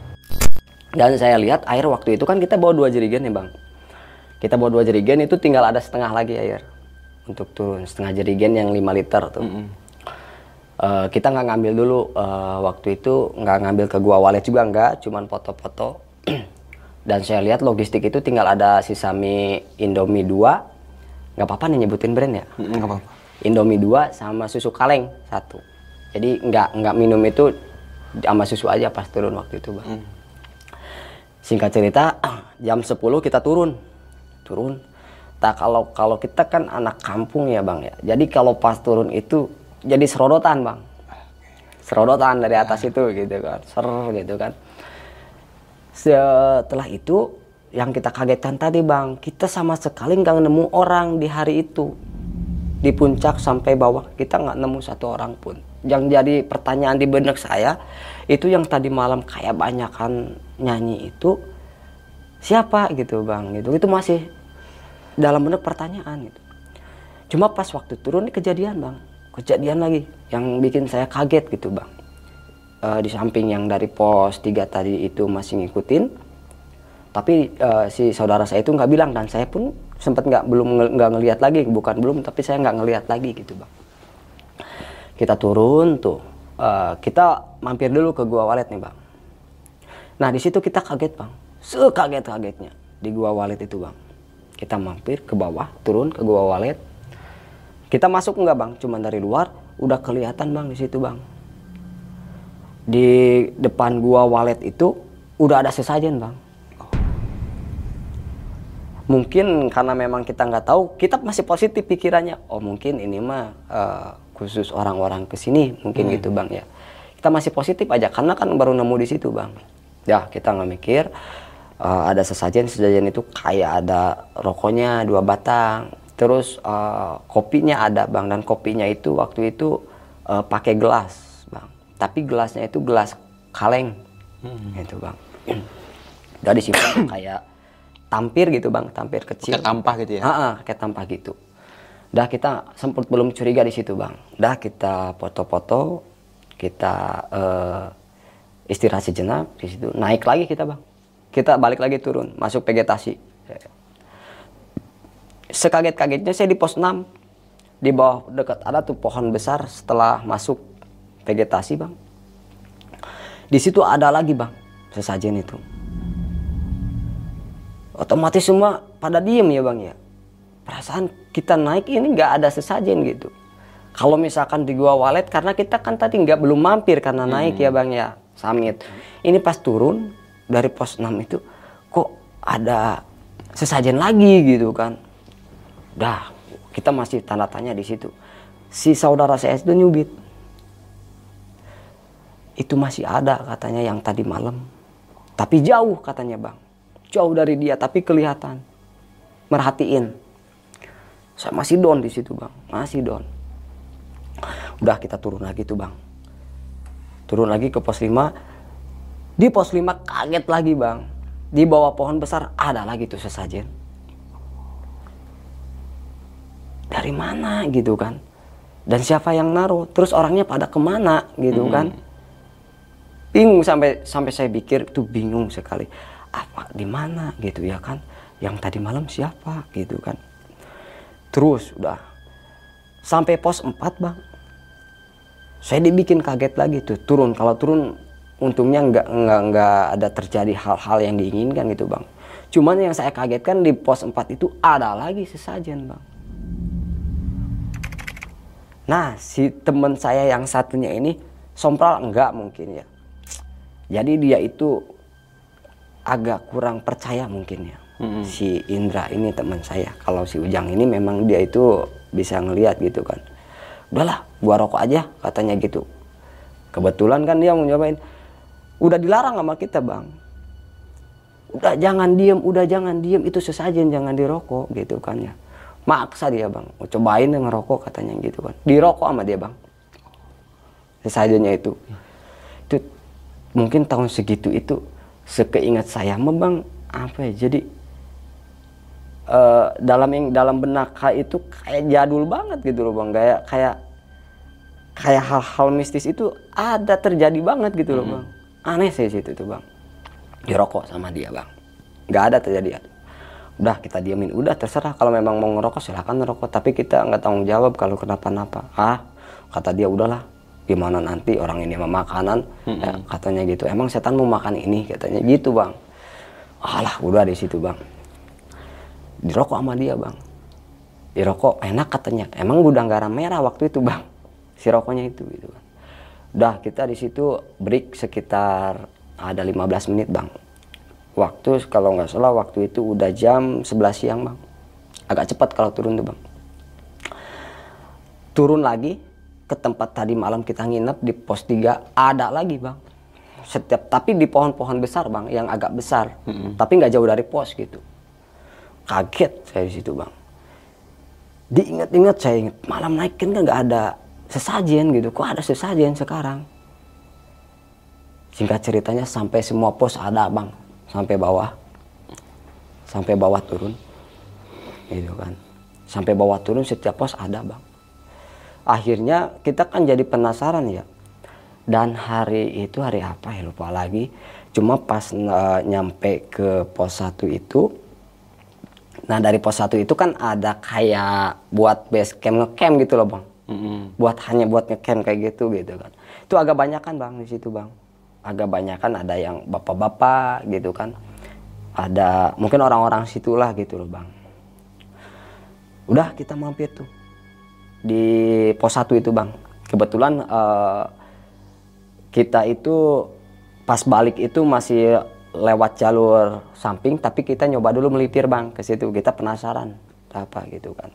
Dan saya lihat air waktu itu kan kita bawa dua jerigen ya Bang. Kita bawa dua jerigen itu tinggal ada setengah lagi air untuk turun, setengah jerigen yang lima liter tuh. Mm-hmm. uh, kita nggak ngambil dulu uh, waktu itu, nggak ngambil ke Gua Walet juga nggak, cuman foto-foto. Dan saya lihat logistik itu tinggal ada sisa mie Indomie dua, nggak apa-apa nih nyebutin brand ya? Nggak apa-apa. Indomie dua sama susu kaleng satu. Jadi nggak nggak minum itu sama susu aja pas turun waktu itu Bang. Mm. Singkat cerita, jam sepuluh kita turun, turun. Tak kalau kalau kita kan anak kampung ya Bang ya. Jadi kalau pas turun itu jadi serodotan Bang, serodotan dari atas itu gitu kan, ser gitu kan. Setelah itu yang kita kagetkan tadi Bang, kita sama sekali nggak nemu orang di hari itu. Di puncak sampai bawah kita nggak nemu satu orang pun. Yang jadi pertanyaan di benak saya itu yang tadi malam kayak banyakan nyanyi itu siapa gitu Bang, gitu. Itu masih dalam benak pertanyaan gitu. Cuma pas waktu turun ini kejadian Bang, kejadian lagi yang bikin saya kaget gitu Bang. Uh, di samping yang dari pos tiga tadi itu masih ngikutin, tapi uh, si saudara saya itu nggak bilang, dan saya pun sempat nggak belum nggak ngelihat lagi, bukan belum tapi saya nggak ngelihat lagi gitu Bang. Kita turun tuh, uh, kita mampir dulu ke Gua Walet nih Bang. Nah di situ kita kaget Bang, sekaget-kagetnya di Gua Walet itu Bang. Kita mampir ke bawah, turun ke Gua Walet. Kita masuk nggak Bang, cuman dari luar udah kelihatan Bang di situ Bang. Di depan Gua Walet itu udah ada sesajen Bang. Mungkin karena memang kita nggak tahu, kita masih positif pikirannya. Oh mungkin ini mah uh, khusus orang-orang kesini, mungkin hmm. gitu Bang ya. Kita masih positif aja karena kan baru nemu di situ Bang. Ya kita nggak mikir uh, ada sesajen, sesajen itu kayak ada rokoknya dua batang, terus uh, kopinya ada Bang, dan kopinya itu waktu itu uh, pakai gelas. Tapi gelasnya itu gelas kaleng, hmm. gitu Bang. Udah disimpan kayak tampir gitu Bang, tampir kecil. Kayak tampah gitu ya? Heeh, kayak tampah gitu. Udah kita sempat belum curiga di situ Bang. Udah kita foto-foto, kita uh, istirahat sejenak di situ. Naik lagi kita Bang. Kita balik lagi turun, masuk vegetasi. Sekaget-kagetnya saya di pos enam. Di bawah dekat ada tuh pohon besar setelah masuk vegetasi Bang. Di situ ada lagi Bang sesajen itu. Otomatis semua pada diem ya Bang ya. Perasaan kita naik ini nggak ada sesajen gitu. Kalau misalkan di Gua Walet karena kita kan tadi nggak belum mampir karena naik hmm. ya Bang ya, summit. Ini pas turun dari pos enam itu kok ada sesajen lagi gitu kan. Dah kita masih tanda tanya di situ. Si saudara saya itu nyubit. Itu masih ada katanya yang tadi malam. Tapi jauh katanya Bang. Jauh dari dia tapi kelihatan. Merhatiin. Saya masih down di situ Bang. Masih down. Udah kita turun lagi tuh Bang. Turun lagi ke pos lima. Di pos lima kaget lagi Bang. Di bawah pohon besar ada lagi tuh sesajen. Dari mana gitu kan. Dan siapa yang naruh. Terus orangnya pada kemana gitu hmm. kan. Bingung sampai sampai saya pikir tuh bingung sekali. Apa di mana gitu ya kan? Yang tadi malam siapa gitu kan? Terus udah sampai pos empat Bang. Saya dibikin kaget lagi tuh turun. Kalau turun untungnya nggak nggak nggak ada terjadi hal-hal yang diinginkan gitu Bang. Cuman yang saya kagetkan di pos empat itu ada lagi sesajen Bang. Nah si teman saya yang satunya ini sompral enggak mungkin ya. Jadi dia itu agak kurang percaya mungkin ya. Mm-hmm. Si Indra ini teman saya. Kalau si Ujang ini memang dia itu bisa ngelihat gitu kan. Udahlah gua rokok aja katanya gitu. Kebetulan kan dia mau nyobain. Udah dilarang sama kita bang. Udah jangan diem, udah jangan diem, itu sesajen jangan dirokok gitu kan ya. Maksa dia bang, mau cobain yang ngerokok katanya gitu kan. Dirokok sama dia bang. Sesajennya itu. Itu mungkin tahun segitu itu sekeingat saya mah bang, apa ya, jadi uh, dalam yang dalam benak itu kayak jadul banget gitu loh bang. Kayak kayak kayak hal-hal mistis itu ada terjadi banget gitu loh bang. Aneh sih situ tuh bang. Dirokok sama dia bang, nggak ada terjadi. Udah kita diamin, udah terserah kalau memang mau ngerokok silahkan ngerokok, tapi kita nggak tanggung jawab kalau kenapa-napa. Ah kata dia udahlah, gimana nanti orang ini sama makanan, mm-hmm. ya, katanya gitu. Emang setan mau makan ini katanya gitu bang. Alah udah di situ bang. Dirokok sama dia bang. Dirokok enak katanya. Emang gudang garam merah waktu itu bang. Si rokoknya itu gitu bang. Udah kita di situ break sekitar ada lima belas menit bang. Waktu kalau nggak salah waktu itu udah jam sebelas siang bang. Agak cepat kalau turun tuh bang. Turun lagi ke tempat tadi malam kita nginep di pos tiga, ada lagi bang. Setiap tapi di pohon-pohon besar bang, yang agak besar, mm-hmm. tapi nggak jauh dari pos gitu. Kaget saya di situ bang. Diingat-ingat saya ingat malam naik kan nggak ada sesajen gitu. Kok ada sesajen sekarang? Singkat ceritanya sampai semua pos ada bang, sampai bawah, sampai bawah turun, gitu kan. Sampai bawah turun setiap pos ada bang. Akhirnya kita kan jadi penasaran ya. Dan hari itu hari apa ya lupa lagi. Cuma pas uh, nyampe ke pos satu itu. Nah dari pos satu itu kan ada kayak buat base camp ngecamp gitu loh bang. Mm-hmm. Buat hanya buat ngecamp kayak gitu gitu kan. Itu agak banyakan bang di situ bang. Agak banyakan ada yang bapak-bapak gitu kan. Ada mungkin orang-orang situlah gitu loh bang. Udah kita mampir tuh. Di pos satu itu bang, kebetulan uh, kita itu pas balik itu masih lewat jalur samping, tapi kita nyoba dulu melipir bang ke situ, kita penasaran apa gitu kan.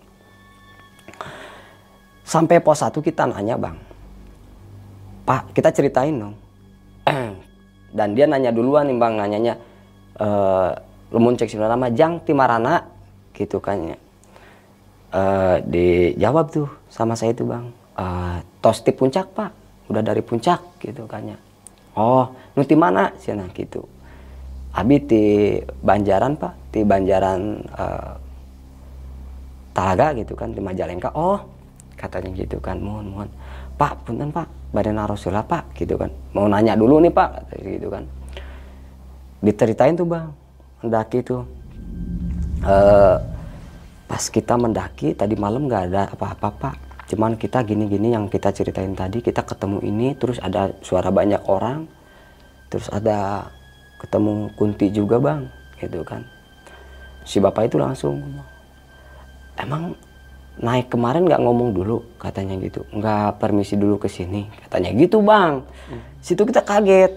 Sampai pos satu kita nanya bang, Pak kita ceritain dong. Dan dia nanya duluan nih bang, nanyanya e, lumun cek sebenarnya jang timarana gitu kan ya. Uh, dijawab tuh sama saya itu bang, uh, tos di puncak pak, udah dari puncak gitu kan ya. Oh nuti mana sih nah gitu. Abi di Banjaran pak, di Banjaran uh, Talaga gitu kan, di Majalengka. Oh katanya gitu kan, mohon mohon pak punten pak badan Rasulullah pak gitu kan, mau nanya dulu nih pak gitu kan. Diceritain tuh bang, mendaki tuh uh, pas kita mendaki tadi malam nggak ada apa-apa pak, cuman kita gini-gini yang kita ceritain tadi, kita ketemu ini terus ada suara banyak orang, terus ada ketemu Kunti juga bang gitu kan. Si bapak itu langsung, emang naik kemarin nggak ngomong dulu katanya gitu, nggak permisi dulu ke sini katanya gitu bang. Situ kita kaget.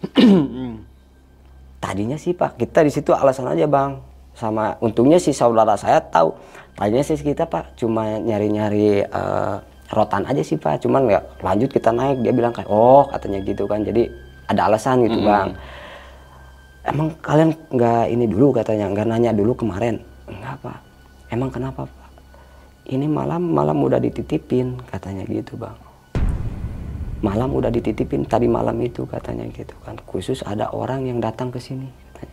Tadinya sih pak kita di situ alasan aja bang, sama untungnya si saudara saya tahu. Tadinya sih kita pak cuma nyari-nyari uh, rotan aja sih pak, cuman ya lanjut kita naik, dia bilang kayak oh katanya gitu kan, jadi ada alasan gitu mm-hmm. bang. Emang kalian nggak ini dulu katanya, nggak nanya dulu kemarin? Enggak pak. Emang kenapa pak? Ini malam malam udah dititipin katanya gitu bang. Malam udah dititipin tadi malam itu katanya gitu kan, khusus ada orang yang datang ke sini.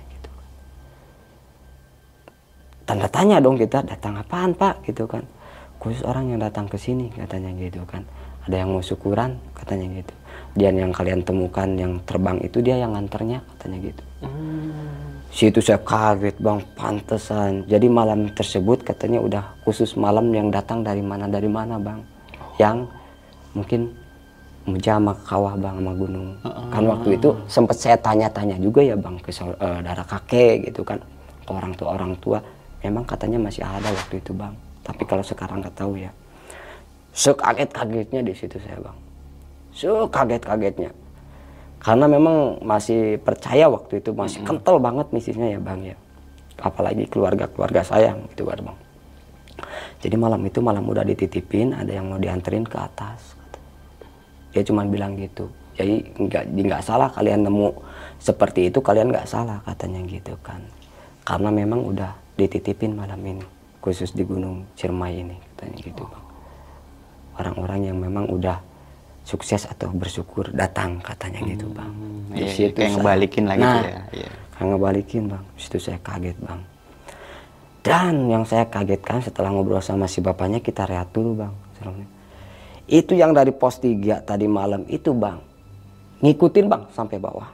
Tanda tanya dong kita, datang apaan pak gitu kan, khusus orang yang datang ke sini katanya gitu kan, ada yang mau syukuran katanya gitu, dia yang kalian temukan yang terbang itu dia yang nganternya katanya gitu. hmm. Situ saya kaget bang, pantesan jadi malam tersebut katanya udah khusus malam yang datang dari mana dari mana bang, yang mungkin muja sama kawah bang sama gunung. uh-uh. Kan waktu itu sempat saya tanya-tanya juga ya bang ke saudara kakek gitu kan, ke orang tua orang tua memang katanya masih ada waktu itu bang, tapi kalau sekarang nggak tahu ya. Sekaget-kagetnya di situ saya bang, sekaget-kagetnya. Karena memang masih percaya waktu itu, masih mm-hmm. kental banget mistisnya ya bang ya. Apalagi keluarga-keluarga saya gitu kan bang. Jadi malam itu malam udah dititipin, ada yang mau dianterin ke atas. Dia cuma bilang gitu. Jadi nggak nggak salah kalian nemu seperti itu, kalian nggak salah katanya gitu kan. Karena memang udah dititipin malam ini, khusus di Gunung Ciremai ini katanya gitu bang. Orang-orang yang memang udah sukses atau bersyukur datang katanya hmm, gitu bang. Di iya, situ kayak saya, ngebalikin lagi nah, tuh ya. Iya. Kayak ngebalikin bang. Di situ saya kaget bang. Dan yang saya kagetkan setelah ngobrol sama si bapaknya, kita rehat dulu bang. Itu yang dari pos tiga tadi malam itu bang, ngikutin bang sampai bawah.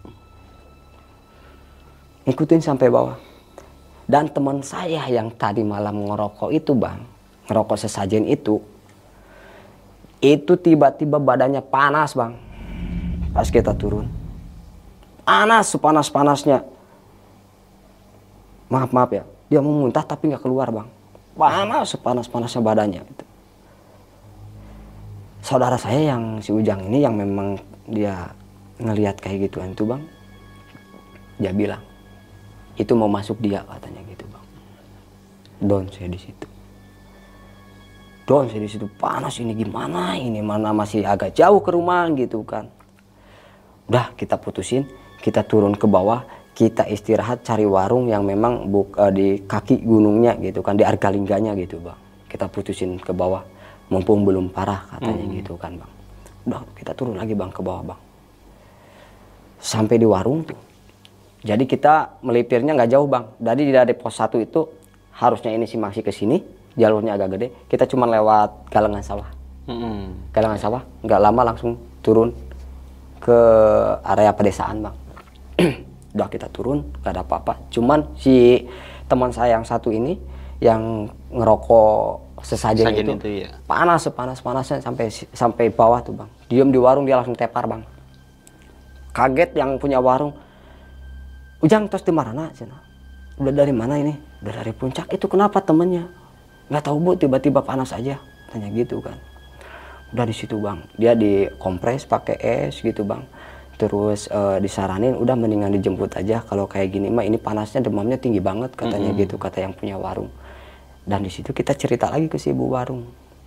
Ngikutin sampai bawah. Dan teman saya yang tadi malam ngerokok itu bang, ngerokok sesajen itu, itu tiba-tiba badannya panas bang pas kita turun. Panas, sepanas-panasnya. Maaf maaf ya, dia mau muntah tapi nggak keluar bang. Panas, sepanas-panasnya badannya. Saudara saya yang si Ujang ini yang memang dia ngelihat kayak gituan itu bang, dia bilang itu mau masuk dia katanya gitu bang. Don saya di situ. Don saya di situ panas ini gimana ini, mana masih agak jauh ke rumah gitu kan. Udah kita putusin, kita turun ke bawah, kita istirahat cari warung yang memang buk, uh, di kaki gunungnya gitu kan, di Argalingganya gitu bang. Kita putusin ke bawah, mumpung belum parah katanya hmm. gitu kan bang. Udah kita turun lagi bang ke bawah bang. Sampai di warung tuh. Jadi kita melipirnya nggak jauh bang. Dari dari pos satu itu harusnya ini sih masih ke sini, jalurnya agak gede. Kita cuma lewat galengan sawah. Hmm. Galengan sawah, nggak lama langsung turun ke area pedesaan bang. Udah kita turun, nggak ada apa-apa. Cuman si teman saya yang satu ini yang ngerokok sesajen itu, itu ya. Panas sepanas panasnya sampai sampai bawah tuh bang. Diem di warung dia langsung tepar bang. Kaget yang punya warung. Ujang tos di mana cina? Udah dari mana ini? Udah dari puncak. Itu kenapa temennya? Nggak tahu bu, tiba-tiba panas aja. Tanya gitu kan. Udah di situ bang. Dia dikompres pakai es gitu bang. Terus e, disaranin udah mendingan dijemput aja. Kalau kayak gini mah ini panasnya demamnya tinggi banget katanya mm-hmm. gitu kata yang punya warung. Dan di situ kita cerita lagi ke si ibu warung.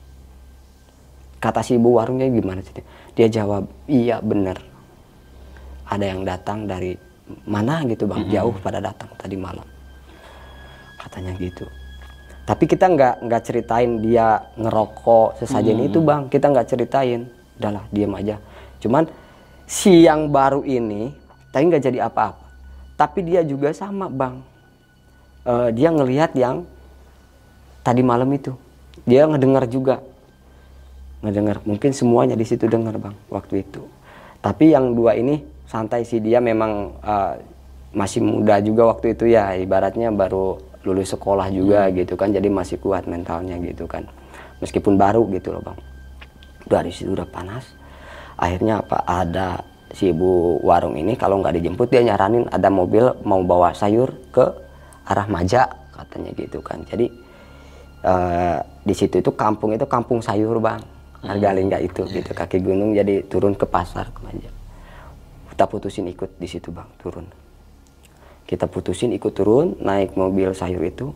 Kata si ibu warungnya gimana sih? Dia jawab, iya bener. Ada yang datang dari mana gitu bang, mm-hmm. jauh pada datang tadi malam. Katanya gitu. Tapi kita nggak nggak ceritain dia ngerokok sesajen mm-hmm. itu bang. Kita nggak ceritain. Udahlah, diam aja. Cuman si yang baru ini, tapi nggak jadi apa-apa. Tapi dia juga sama bang. Uh, dia ngelihat yang tadi malam itu, dia ngedengar juga, ngedengar. Mungkin semuanya di situ dengar bang waktu itu. Tapi yang dua ini santai sih, dia memang uh, masih muda juga waktu itu ya, ibaratnya baru lulus sekolah juga hmm. gitu kan, jadi masih kuat mentalnya gitu kan, meskipun baru gitu loh bang. Udah di situ udah panas. Akhirnya apa? Ada si ibu warung ini kalau nggak dijemput dia nyaranin ada mobil mau bawa sayur ke arah Maja katanya gitu kan. Jadi Uh, di situ itu kampung itu kampung sayur bang, Argalingga itu hmm. gitu kaki gunung, jadi turun ke pasar ke Maja. Kita putusin ikut di situ bang, turun. Kita putusin ikut turun naik mobil sayur itu.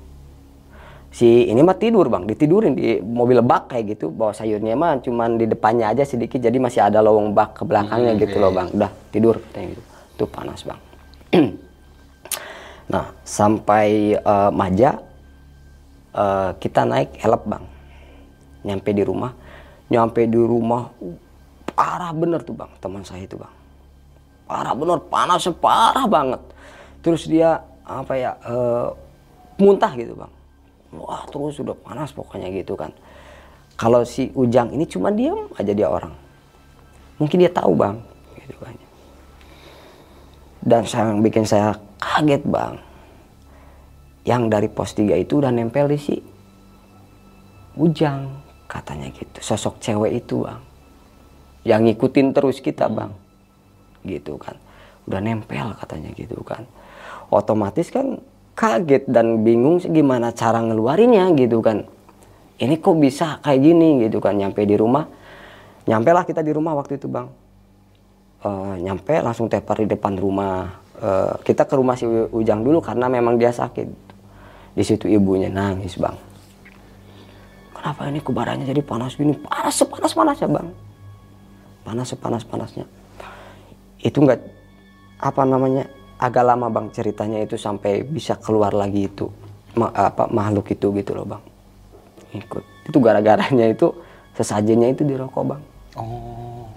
Si ini mah tidur bang, ditidurin di mobil bak kayak gitu, bawa sayurnya mah cuman di depannya aja sedikit, jadi masih ada lowong bak ke belakangnya hmm, gitu okay. loh bang. Udah tidur kayak gitu, tuh panas bang. Nah sampai uh, Maja. Uh, kita naik elep bang, nyampe di rumah, nyampe di rumah uh, parah bener tuh bang, teman saya itu bang, parah bener, panasnya parah banget. Terus dia apa ya, uh, muntah gitu bang, wah terus udah panas pokoknya gitu kan. Kalau si Ujang ini cuma diam aja dia orang, mungkin dia tahu bang, gitu kan. Dan yang bikin saya kaget bang, yang dari pos tiga itu udah nempel di si Ujang katanya gitu, sosok cewek itu bang yang ngikutin terus kita bang gitu kan, udah nempel katanya gitu kan. Otomatis kan kaget dan bingung gimana cara ngeluarinnya gitu kan. ini kok bisa kayak gini gitu kan. Nyampe di rumah, nyampe lah kita di rumah waktu itu bang. Uh, nyampe langsung tepar di depan rumah. Uh, kita ke rumah si Ujang dulu karena memang dia sakit. Di situ ibunya nangis bang. Kenapa ini kubarannya jadi panas gini? Panas sepanas panasnya bang. Panas sepanas panasnya. Itu nggak apa namanya agak lama bang ceritanya itu sampai bisa keluar lagi itu ma, apa makhluk itu gitu loh bang. Ikut. Itu gara-garanya itu sesajennya itu di rokok bang. Oh.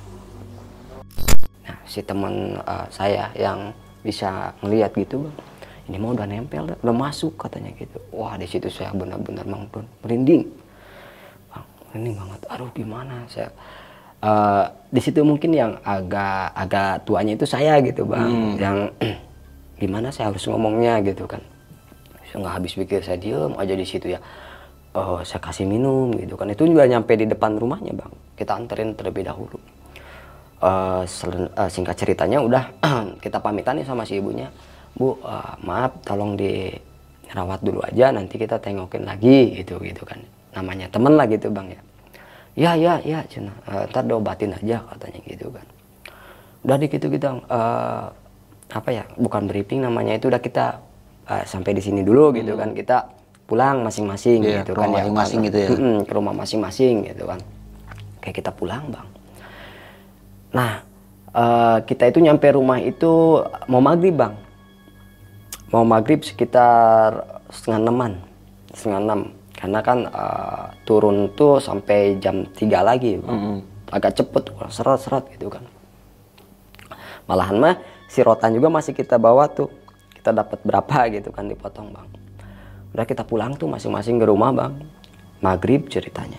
Nah, si teman uh, saya yang bisa ngelihat gitu bang, ini mau udah nempel, udah masuk katanya gitu. Wah di situ saya benar-benar bang merinding, bang merinding banget. Aduh gimana saya? Uh, di situ mungkin yang agak agak tuanya itu saya gitu bang, hmm. yang gimana saya harus ngomongnya gitu kan. Saya nggak habis pikir, saya diem aja di situ ya. Uh, saya kasih minum gitu kan. Itu juga nyampe di depan rumahnya bang. Kita anterin terlebih dahulu. Uh, sel- uh, singkat ceritanya udah kita pamitan nih sama si ibunya, Bu uh, maaf tolong dirawat dulu aja, nanti kita tengokin lagi gitu gitu kan, namanya temen lah gitu bang ya. Ya ya ya cina, uh, ntar diobatin aja katanya gitu kan. Udah di gitu gitu uh, apa ya, bukan briefing namanya itu, udah kita uh, sampai di sini dulu gitu hmm. kan, kita pulang masing-masing yeah, gitu kan, masing-masing ya, gitu ya, ke rumah masing-masing gitu kan. Kayak kita pulang bang. Nah, uh, kita itu nyampe rumah itu mau maghrib bang. Mau maghrib sekitar setengah enaman, setengah enam. Karena kan uh, turun tuh sampai jam tiga lagi bang. Mm-hmm. Agak cepet, seret-seret gitu kan. Malahan mah si rotan juga masih kita bawa tuh. Kita dapat berapa gitu kan dipotong bang. Udah kita pulang tuh masing-masing ke rumah bang. Maghrib ceritanya.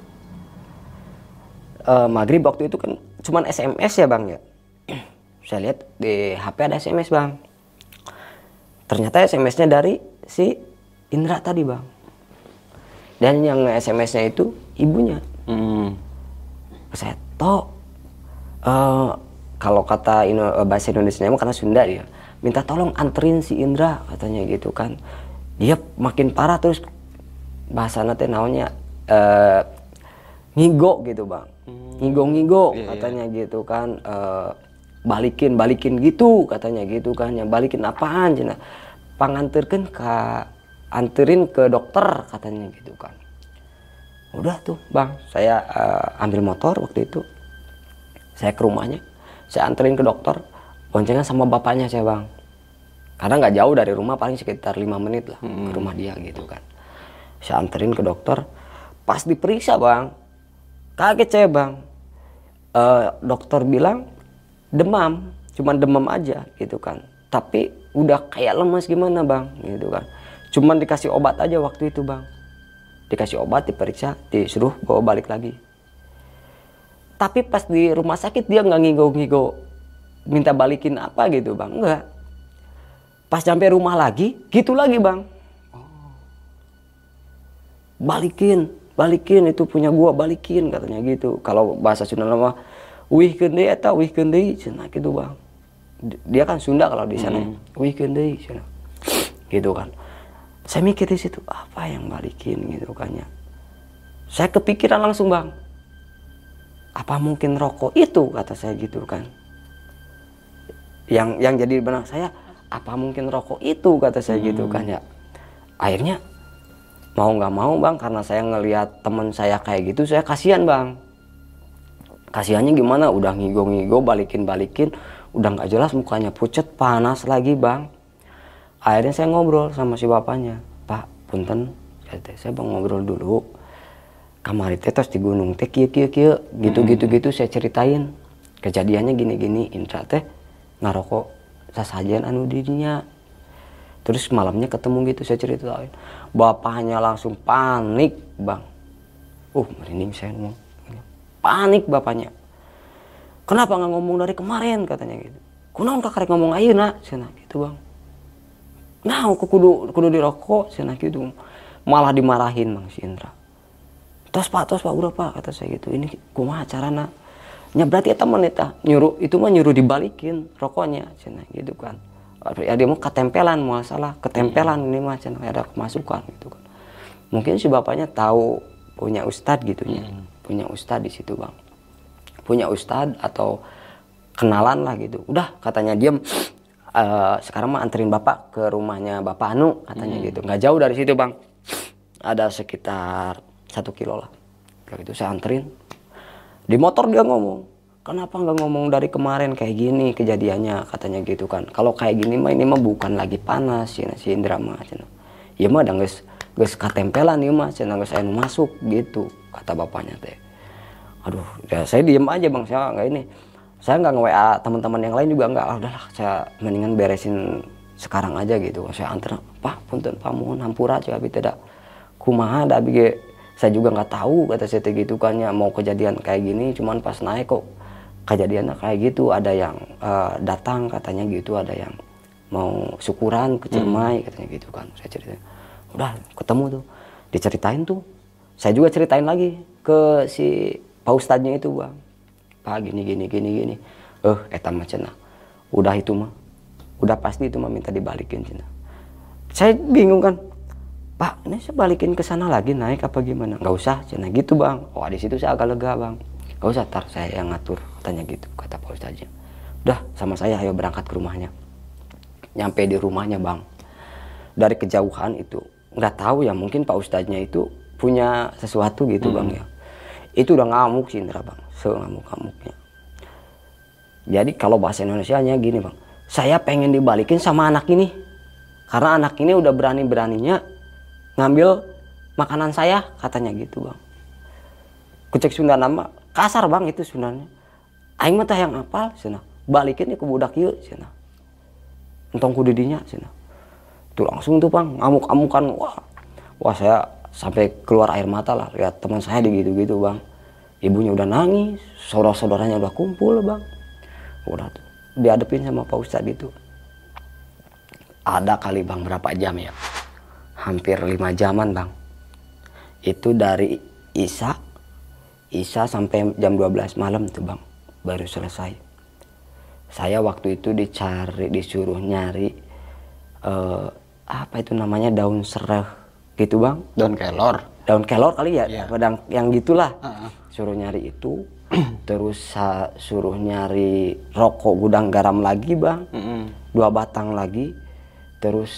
Uh, maghrib waktu itu kan cuman S M S ya bang ya. Saya lihat di H P ada S M S bang. Ternyata S M S-nya dari si Indra tadi bang. Dan yang S M S-nya itu ibunya. Hmm. Saya toh uh, kalau kata ino, bahasa Indonesia emang karena Sunda dia, minta tolong anterin si Indra katanya gitu kan. Dia makin parah terus bahasa nanti namanya uh, ngigo gitu bang. Ngigo-ngigo yeah, katanya yeah. gitu kan, uh, balikin balikin gitu katanya gitu kan, ya balikin apaan cina, panganterkan ke anterin ke dokter katanya gitu kan. Udah tuh bang, saya uh, ambil motor waktu itu, saya ke rumahnya, saya anterin ke dokter, boncengan sama bapaknya saya bang, karena nggak jauh dari rumah, paling sekitar lima menit lah hmm. ke rumah dia gitu kan. Saya anterin ke dokter, pas diperiksa bang, kaget saya bang. Uh, dokter bilang demam, cuman demam aja gitu kan, tapi udah kayak lemas gimana bang gitu kan, cuman dikasih obat aja waktu itu bang, dikasih obat, diperiksa, disuruh bawa balik lagi. Tapi pas di rumah sakit dia nggak ngigo-ngigo minta balikin apa gitu bang, enggak. Pas sampai rumah lagi gitu lagi bang, balikin balikin itu punya gua, balikin katanya gitu. Kalau bahasa Sunda mah wihkeun deui eta, wihkeun deui cenah gitu bang. Dia kan Sunda kalau di sana, hmm. wihkeun deui cenah. Gitu kan. Saya mikir di situ, apa yang balikin gitu kan ya. Saya kepikiran langsung bang, apa mungkin rokok itu, kata saya gitu kan. Yang yang jadi benar saya, apa mungkin rokok itu, kata saya hmm. gitu kan ya. Akhirnya mau nggak mau bang, karena saya ngelihat teman saya kayak gitu, saya kasihan bang. Kasihannya gimana, udah ngigo-ngigo, balikin-balikin, udah nggak jelas mukanya, pucet, panas lagi bang. Akhirnya saya ngobrol sama si bapaknya, Pak, punten, saya bang ngobrol dulu. Kamari teh tos di gunung teh kieu kieu kieu, gitu-gitu gitu saya ceritain. Kejadiannya gini-gini, Indra teh ngarokok sasajen anu dirinya. Terus malamnya ketemu gitu, saya ceritain. Bapaknya langsung panik bang. Uh merinding saya ngomong. Panik bapaknya. Kenapa nggak ngomong dari kemarin, katanya gitu. Kunaon kakarek ngomong ayeuna cenah gitu bang. Nah aku kudu kudu dirokok cenah gitu. Malah dimarahin bang si Indra. Tos pak, tos pak, udah pak, kata saya gitu. Ini kumaha carana? Ya berarti ya teman eta nyuruh, itu mah nyuruh dibalikin rokoknya cenah gitu kan. Ya dia mau ketempelan, masalah ketempelan ini mah cenah ada kemasukan gitu kan. Mungkin si bapaknya tahu punya ustadz gitunya, hmm. punya ustadz di situ bang, punya ustadz atau kenalan lah gitu. Udah katanya diam, uh, sekarang mah anterin bapak ke rumahnya bapak Anu katanya hmm. gitu. Nggak jauh dari situ bang, ada sekitar satu kilo lah. Kayak gitu saya anterin. Di motor dia ngomong, kenapa nggak ngomong dari kemarin kayak gini kejadiannya katanya gitu kan. Kalau kayak gini mah ini mah bukan lagi panas ya si Indra mah. Ya mah ada nggak geus katempelan ieu mah cenah geus aya nu masuk gitu kata bapaknya teh. Aduh, ya saya diem aja bang, saya nggak ini. Saya nggak nge-W A teman-teman yang lain juga nggak. Ah, udahlah, saya mendingan beresin sekarang aja gitu. Saya antar, Pak, punten pamuhun hampura cek abi tidak kumaha da abi ge. Saya juga nggak tahu kata saya gitu kan ya mau kejadian kayak gini, cuman pas naik kok kejadiannya kayak gitu, ada yang uh, datang katanya gitu, ada yang mau syukuran ke Ciremai hmm. katanya gitu kan. Saya cerita. Udah ketemu tuh, diceritain tuh, saya juga ceritain lagi ke si Pak Ustadznya itu bang, Pak gini gini gini gini, eh eta mah cenah, udah itu mah, udah pasti itu mah minta dibalikin cenah. Saya bingung kan, Pak ini saya balikin ke sana lagi naik apa gimana? Nggak usah cenah gitu bang. Oh di situ saya agak lega bang, nggak usah tar saya yang ngatur katanya gitu kata Pak Ustadznya. Udah sama saya ayo berangkat ke rumahnya. Nyampe di rumahnya bang, dari kejauhan itu. Nggak tahu ya mungkin Pak Ustadznya itu punya sesuatu gitu hmm. bang ya. Itu udah ngamuk sih Indra bang, sengamuk-ngamuknya. Jadi kalau bahasa Indonesianya gini bang, saya pengen dibalikin sama anak ini. Karena anak ini udah berani-beraninya ngambil makanan saya katanya gitu bang. Kucek Sunda nama kasar bang itu sebenarnya. Aing mah teh yang apal cenah. Balikin ke budak ieu cenah. Entong ku didinya cenah. Tuh langsung tuh bang ngamuk-amukan, wah wah saya sampai keluar air mata lah lihat teman saya digitu-gitu bang. Ibunya udah nangis, saudara-saudaranya udah kumpul bang. Udah tuh dihadapin sama Pak Ustadz itu. Ada kali bang berapa jam ya, hampir lima jaman bang. Itu dari Isya Isya sampai jam dua belas malam tuh bang baru selesai. Saya waktu itu dicari, disuruh nyari uh, apa itu namanya daun sereh gitu bang, daun kelor daun kelor kali ya, yeah. Padang yang gitulah. uh-uh. Suruh nyari itu terus uh, suruh nyari rokok gudang garam lagi bang, uh-uh. dua batang lagi, terus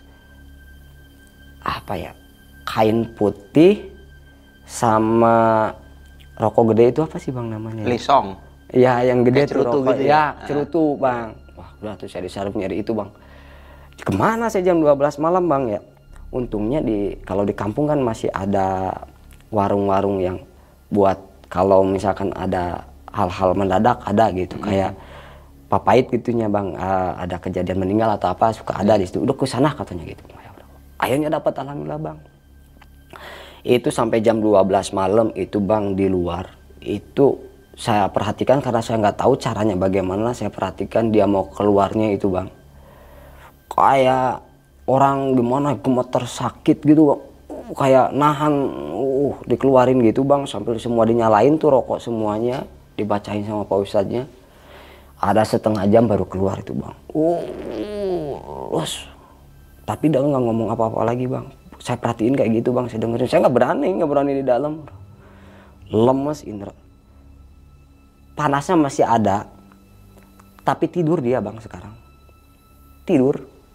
apa ya, kain putih sama rokok gede itu apa sih bang namanya? Lisong. Ya yang gede tuh rokok gitu ya, ya cerutu bang. Wah udah tuh saya disarap nyari itu bang. Kemana saya jam dua belas malam bang ya? Untungnya di kalau di kampung kan masih ada warung-warung yang buat kalau misalkan ada hal-hal mendadak ada gitu, hmm. kayak papait gitunya bang, uh, ada kejadian meninggal atau apa suka ada di situ. Udah ke sana katanya gitu. Akhirnya dapat alhamdulillah bang. Itu sampai jam dua belas malam itu bang di luar itu saya perhatikan karena saya nggak tahu caranya bagaimana, saya perhatikan dia mau keluarnya itu bang. Kayak orang gimana gemeter sakit gitu bang, uh, kayak nahan uh dikeluarin gitu bang, sampai semua dinyalain tuh rokok semuanya, dibacain sama Pak Ustadznya. Ada setengah jam baru keluar itu bang. Uh, terus tapi dia nggak ngomong apa-apa lagi bang. Saya perhatiin kayak gitu bang, saya dengerin, saya nggak berani, nggak berani di dalam. Lemes Indra. Panasnya masih ada, tapi tidur dia bang sekarang. Tidur.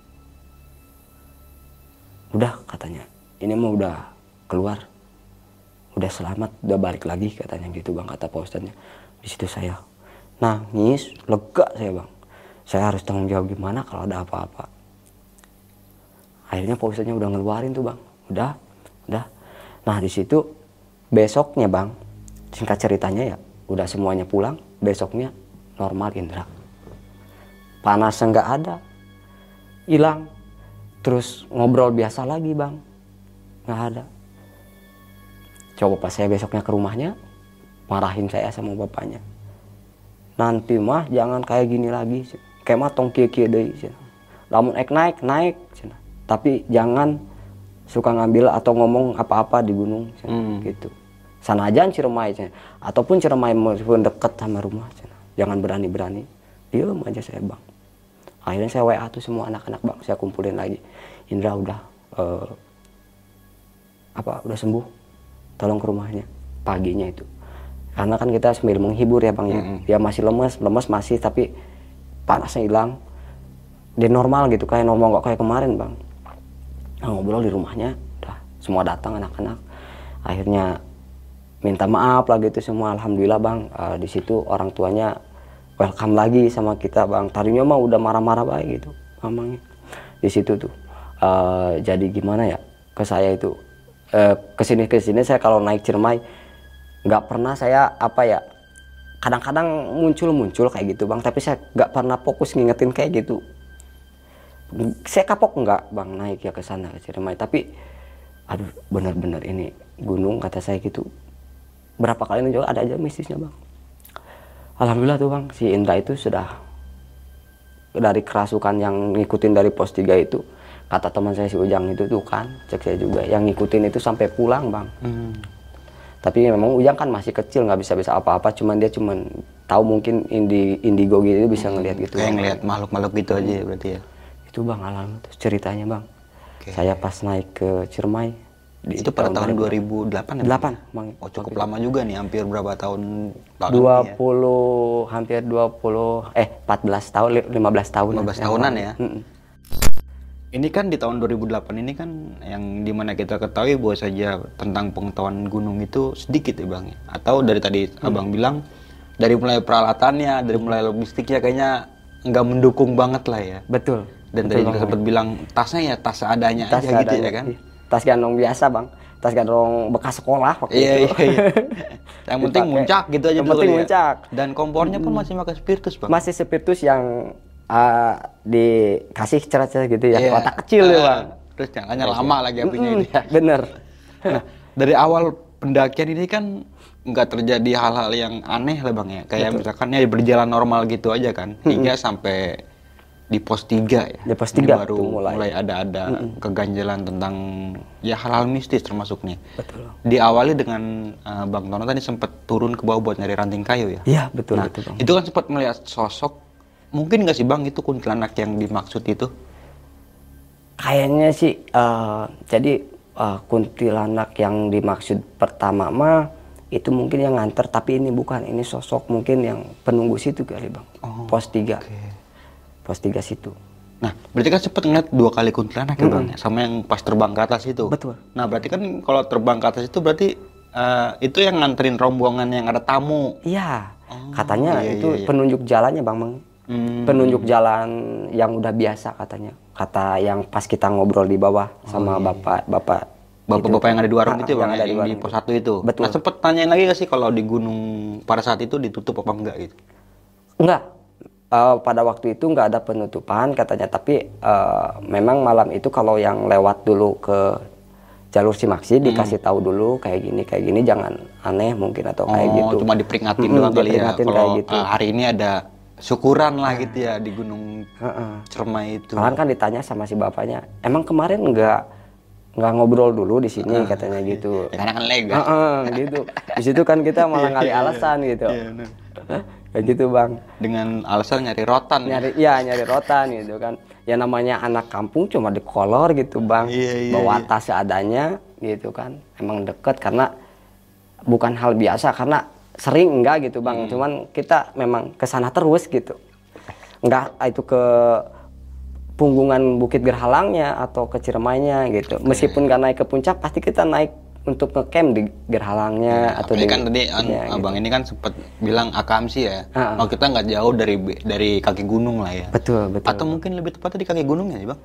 Udah katanya, ini mah udah keluar, udah selamat, udah balik lagi katanya gitu bang, kata Pak Ustadznya. Di situ saya nangis, lega saya bang. Saya harus tanggung jawab gimana kalau ada apa-apa. Akhirnya Pak Ustadznya udah ngeluarin tuh bang, udah, udah. Nah di situ besoknya bang, singkat ceritanya ya, udah semuanya pulang, besoknya normal Indra. Panasnya nggak ada, hilang. Terus ngobrol biasa lagi bang, nggak ada. Coba pas saya besoknya ke rumahnya, marahin saya sama bapaknya. Nanti mah jangan kayak gini lagi, kayak mah tong kia-kia deh. Lamun ek naik, naik. Tapi jangan suka ngambil atau ngomong apa-apa di gunung, hmm. gitu. Sanajan Ciremai, ataupun Ciremai meskipun dekat sama rumah, jangan berani-berani. Diam aja saya bang. Akhirnya saya W A tuh semua anak-anak bang, saya kumpulin lagi. Indra udah uh, apa udah sembuh, tolong ke rumahnya paginya itu. Karena kan kita sambil menghibur ya bang ya, mm-hmm. dia masih lemes, lemes masih tapi panasnya hilang, dia normal gitu kayak normal nggak kayak kemarin bang. Nah, ngobrol di rumahnya, udah semua datang anak-anak, akhirnya minta maaf lah gitu semua. Alhamdulillah bang, uh, di situ orang tuanya welcome lagi sama kita bang. Tadinya mah udah marah-marah baik gitu, mamangnya di situ tuh. Uh, jadi gimana ya ke saya itu uh, kesini kesini saya kalau naik Ciremai nggak pernah saya apa ya, kadang-kadang muncul-muncul kayak gitu bang, tapi saya nggak pernah fokus ngingetin kayak gitu. Saya kapok nggak bang naik ya ke sana ke Ciremai, tapi aduh benar-benar ini gunung kata saya gitu. Berapa kali juga ada aja mistisnya bang. Alhamdulillah tuh bang, si Indra itu sudah dari kerasukan yang ngikutin dari pos tiga itu, kata teman saya si Ujang itu tuh kan, cek saya juga yang ngikutin itu sampai pulang bang. Hmm. Tapi memang Ujang kan masih kecil, nggak bisa-bisa apa-apa, cuman dia cuman tahu mungkin indi indigo gitu bisa ngelihat gitu. Kayak ngelihat makhluk-makhluk gitu aja ya berarti ya. Itu bang alam terus ceritanya bang. Okay. Saya pas naik ke Ciremai di itu pada tahun dua ribu delapan ya? delapan bang. Oh cukup lama juga nih, hampir berapa tahun? dua puluh ya? Hampir dua puluh eh empat belas tahun, lima belas tahun. lima belas tahunan ya. Mm-mm. Ini kan di tahun dua ribu delapan ini kan yang dimana kita ketahui bahwa saja tentang pengetahuan gunung itu sedikit ya bang. Atau dari tadi hmm. abang bilang dari mulai peralatannya, dari mulai logistiknya kayaknya nggak mendukung banget lah ya. Betul. Dan betul tadi juga sempat bilang tasnya ya tas seadanya tas aja seadanya, gitu ya kan. Tas gandong biasa bang, tas gandong bekas sekolah waktu iya, itu. Iya, iya. Yang penting muncak gitu aja. Yang penting ya. muncak. Dan kompornya pun masih pakai spiritus bang. Masih spiritus yang Uh, dikasih cerah-cerah gitu ya, yeah. kotak kecil uh, ya bang. Terus nyalanya lama lagi apinya mm, itu ya. Bener. Nah, dari awal pendakian ini kan nggak terjadi hal-hal yang aneh lah bang ya. Kayak betul. Misalkan ya berjalan normal gitu aja kan. Hingga mm-hmm. sampai di pos tiga ya. Di pos tiga baru mulai. mulai ada-ada mm-hmm. keganjalan tentang ya hal-hal mistis termasuknya. Betul. Diawali dengan uh, Bang Tono tadi sempat turun ke bawah buat nyari ranting kayu ya. Iya betul. Nah, betul bang. Itu kan sempat melihat sosok. Mungkin nggak sih bang itu kuntilanak yang dimaksud itu? Kayaknya sih, uh, jadi uh, kuntilanak yang dimaksud pertama mah itu mungkin yang nganter, tapi ini bukan, ini sosok mungkin yang penunggu situ kali bang, oh, pos tiga, okay. pos tiga situ. Nah berarti kan sempat ngeliat dua kali kuntilanak ya bang, sama yang pas terbang ke atas itu. Betul. Nah berarti kan kalau terbang ke atas itu berarti uh, itu yang nganterin rombongan yang ada tamu. Iya, oh, katanya iya, itu iya, iya. penunjuk jalannya bang, bang. Hmm. Penunjuk jalan yang udah biasa katanya, kata yang pas kita ngobrol di bawah oh, sama iya. bapak bapak bapak-bapak yang ada di warung nah, itu bang, yang, yang di, di pos satu itu. Betul. Nah sempet tanyain lagi gak sih kalau di gunung pada saat itu ditutup apa enggak gitu? Enggak, uh, pada waktu itu enggak ada penutupan katanya, tapi uh, memang malam itu kalau yang lewat dulu ke jalur Simaksi hmm. dikasih tahu dulu kayak gini kayak gini jangan aneh mungkin atau kayak oh, gitu. Cuma diperingatin hmm, doang kali ya kalau gitu. uh, hari ini ada syukuran lah gitu ya di Gunung uh-uh. Ciremai itu. Malah kan ditanya sama si bapaknya, emang kemarin nggak nggak ngobrol dulu di sini uh, katanya gitu. Ya, karena kan lega. Uh-uh, gitu. Di situ kan kita malah ngali alasan gitu. Iya, kayak gitu bang. Dengan alasan nyari rotan. Nyari, ya nyari rotan gitu kan. Ya namanya anak kampung cuma dikolor gitu bang. Iya, iya, bawa iya. tas seadanya gitu kan. Emang deket karena bukan hal biasa karena sering enggak gitu bang, hmm. cuman kita memang kesana terus gitu, enggak itu ke Punggungan Bukit Gerhalangnya atau ke Ciremainya gitu. Okay. Meskipun nggak naik ke puncak, pasti kita naik untuk ngecamp di Gerhalangnya ya, atau di kan tadi an, ya, abang gitu. Ini kan sempat bilang Akamsi ya, uh-uh. oh kita nggak jauh dari dari kaki gunung lah ya. Betul betul. Atau mungkin lebih tepatnya di kaki gunungnya sih bang?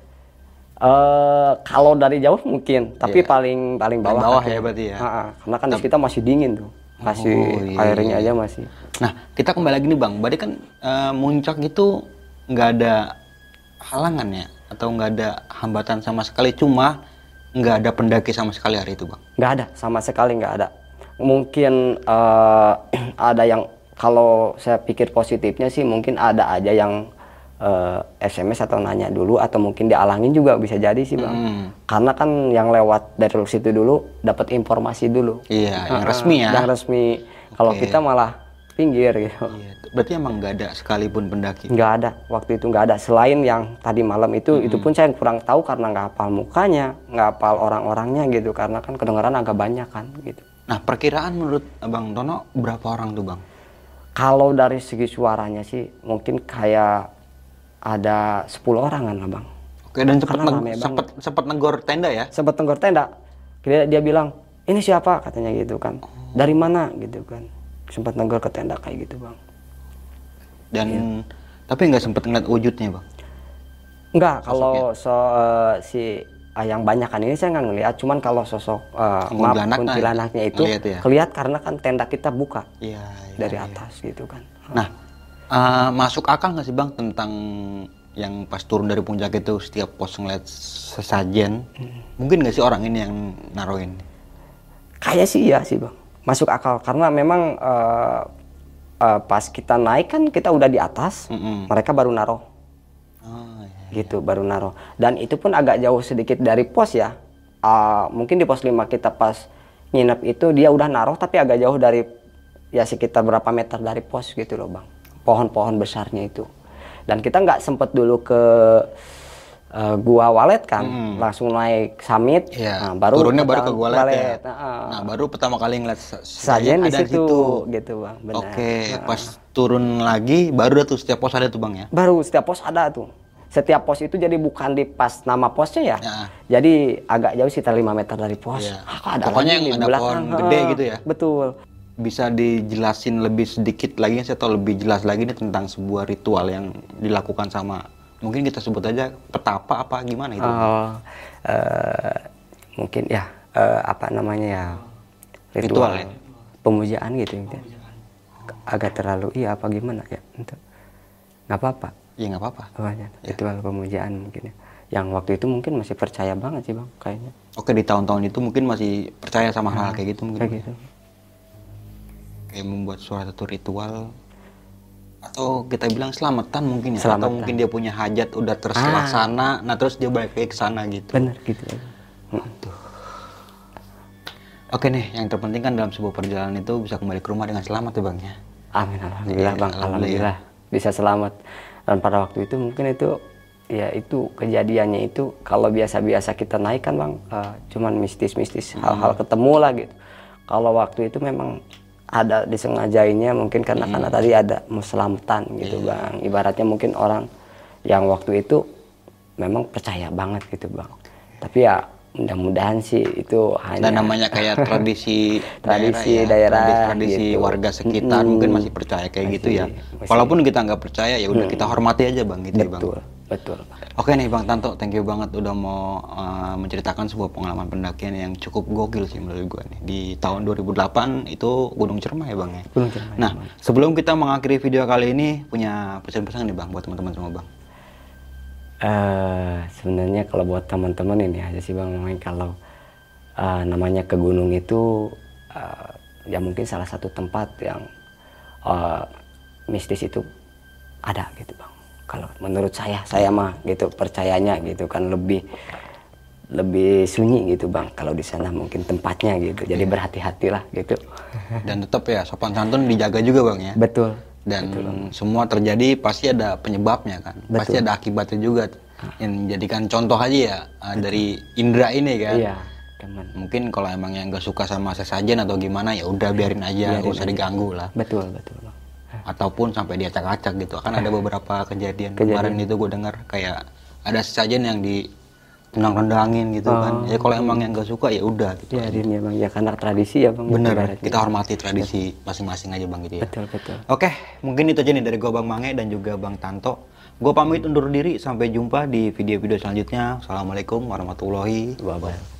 Uh, kalau dari jauh mungkin, tapi yeah. paling paling bawah. Paling bawah ya berarti ya. Uh-uh. Karena kan di kita masih dingin tuh. Masih oh, iya, airnya aja masih. Nah kita kembali lagi nih bang, berarti kan uh, muncak itu nggak ada halangan ya, atau nggak ada hambatan sama sekali, cuma nggak ada pendaki sama sekali hari itu bang? Nggak ada, sama sekali nggak ada. Mungkin uh, ada yang, kalau saya pikir positifnya sih mungkin ada aja yang uh, S M S atau nanya dulu, atau mungkin dialangin juga bisa jadi sih bang. Hmm. Karena kan yang lewat dari situ dulu dapat informasi dulu. Iya, yang uh, resmi ya. Yang resmi. Kalau okay. kita malah pinggir gitu. Iya, berarti emang nggak ada sekalipun pendaki? Nggak ada, waktu itu nggak ada. Selain yang tadi malam itu, hmm. itu pun saya kurang tahu karena nggak hafal mukanya, nggak hafal orang-orangnya gitu, karena kan kedengaran agak banyak kan gitu. Nah, perkiraan menurut Bang Tono berapa orang tuh Bang? Kalau dari segi suaranya sih mungkin kayak ada sepuluh orang kan Bang. Oke, dan sempat neg sempat sempat negor tenda ya? Sempat negor tenda. Dia, dia bilang, "Ini siapa?" katanya gitu kan. Oh. "Dari mana?" gitu kan. Sempat negor ke tenda kayak gitu Bang. Dan ya. Tapi nggak sempat ngeliat wujudnya Bang? Enggak, kalau so, uh, si uh, yang banyak kan ini saya nggak ngeliat. Cuman kalau sosok uh, maaf, kuntilanaknya itu ya? Kelihatan karena kan tenda kita buka ya, ya, dari ya. atas gitu kan. Nah, uh, masuk akal nggak sih Bang tentang yang pas turun dari puncak itu setiap pos ngeliat sesajen? Hmm. Mungkin nggak sih orang ini yang naruhin? Kayak sih iya sih Bang. Masuk akal karena memang uh, uh, pas kita naik kan kita udah di atas, mm-hmm. mereka baru naruh, oh, iya, gitu iya. baru naruh. Dan itu pun agak jauh sedikit dari pos ya. Uh, mungkin di pos lima kita pas nginep itu dia udah naruh tapi agak jauh dari ya sekitar berapa meter dari pos gitu loh Bang. Pohon-pohon besarnya itu. Dan kita nggak sempet dulu ke Uh, Gua Walet kan, hmm. langsung naik summit, ya, nah, baru turunnya baru ke Gua Walet ya. Nah, nah baru pertama kali ngeliat sajen di situ, gitu Bang. Oke, okay. nah. Pas turun lagi baru tuh setiap pos ada tuh Bang ya? Baru setiap pos ada tuh. Setiap pos itu jadi bukan di pas nama posnya ya, ya. Jadi agak jauh sekitar lima meter dari pos. Ya. Ah, ada pokoknya yang ada pohon gede gitu ya? Betul. Bisa dijelasin lebih sedikit lagi atau lebih jelas lagi nih tentang sebuah ritual yang dilakukan sama mungkin kita sebut aja petapa apa gimana itu? Oh, uh, mungkin ya uh, apa namanya ya ritual, ritual ya? Pemujaan gitu, gitu. Agak terlalu iya apa gimana ya? Untuk nggak apa-apa? Iya nggak apa-apa. Oh, ya. Ritual pemujaan mungkin ya. Yang waktu itu mungkin masih percaya banget sih Bang kayaknya. Oke, di tahun-tahun itu mungkin masih percaya sama hal-hal kayak gitu mungkin. Kayak gitu. Kayak membuat suatu ritual. Atau kita bilang selamatan mungkin ya, selamatan. Atau mungkin dia punya hajat udah terlaksana, ah. nah terus dia balik lagi ke sana gitu. Bener gitu. Aduh. Oke nih, yang terpenting kan dalam sebuah perjalanan itu bisa kembali ke rumah dengan selamat ya Bang ya. Amin, alhamdulillah ya, Bang, alhamdulillah. alhamdulillah bisa selamat. Dan pada waktu itu mungkin itu ya itu kejadiannya itu kalau biasa-biasa kita naik kan Bang, uh, cuman mistis-mistis, hmm. hal-hal ketemu lah gitu. Kalau waktu itu memang ada disengajainnya mungkin karena hmm. karena tadi ada selamatan gitu yeah. Bang. Ibaratnya mungkin orang yang waktu itu memang percaya banget gitu Bang. Tapi ya mudah-mudahan sih itu hanya dan namanya kayak tradisi tradisi daerah, daerah ya, tradisi gitu. warga sekitar hmm. mungkin masih percaya kayak masih, gitu ya. Masih. Walaupun kita nggak percaya ya udah hmm. kita hormati aja Bang gitu betul, ya Bang. Betul. Betul. Oke nih Bang Tanto, thank you banget udah mau uh, menceritakan sebuah pengalaman pendakian yang cukup gokil sih menurut gue nih. Di tahun dua ribu delapan itu Gunung Ciremai ya Bang ya. Gunung Ciremai. Nah, bang. Sebelum kita mengakhiri video kali ini punya pesan-pesan nih Bang buat teman-teman semua Bang. Uh, sebenarnya kalau buat teman-teman ini aja sih Bang, namanya kalau uh, namanya ke gunung itu uh, ya mungkin salah satu tempat yang uh, mistis itu ada gitu Bang. Kalau menurut saya, saya mah gitu percayanya gitu kan lebih lebih sunyi gitu Bang. Kalau di sana mungkin tempatnya gitu, jadi berhati-hatilah gitu. Dan tetap ya sopan santun dijaga juga Bang ya. Betul. Dan betul, semua terjadi pasti ada penyebabnya kan, betul. Pasti ada akibatnya juga. Yang menjadikan contoh aja ya betul. Dari indra ini kan. Iya. Teman. Mungkin kalau emang yang gak suka sama sesajen atau gimana ya udah biarin aja, nggak usah diganggu lah. Betul betul Bang. Ataupun sampai diacak-acak gitu kan ada beberapa kejadian, kejadian. Kemarin itu gue dengar kayak ada sesajen yang di rendang-rendangin gitu oh. kan ya kalau emang yang gak suka ya udah gitu ya, ya Bang ya karena tradisi ya Bang. Bener kita hormati tradisi masing-masing aja Bang gitu ya. Betul betul. Oke mungkin itu aja nih dari gue Bang Mange dan juga Bang Tanto. Gue pamit undur diri, sampai jumpa di video-video selanjutnya. Assalamualaikum warahmatullahi wabarakatuh.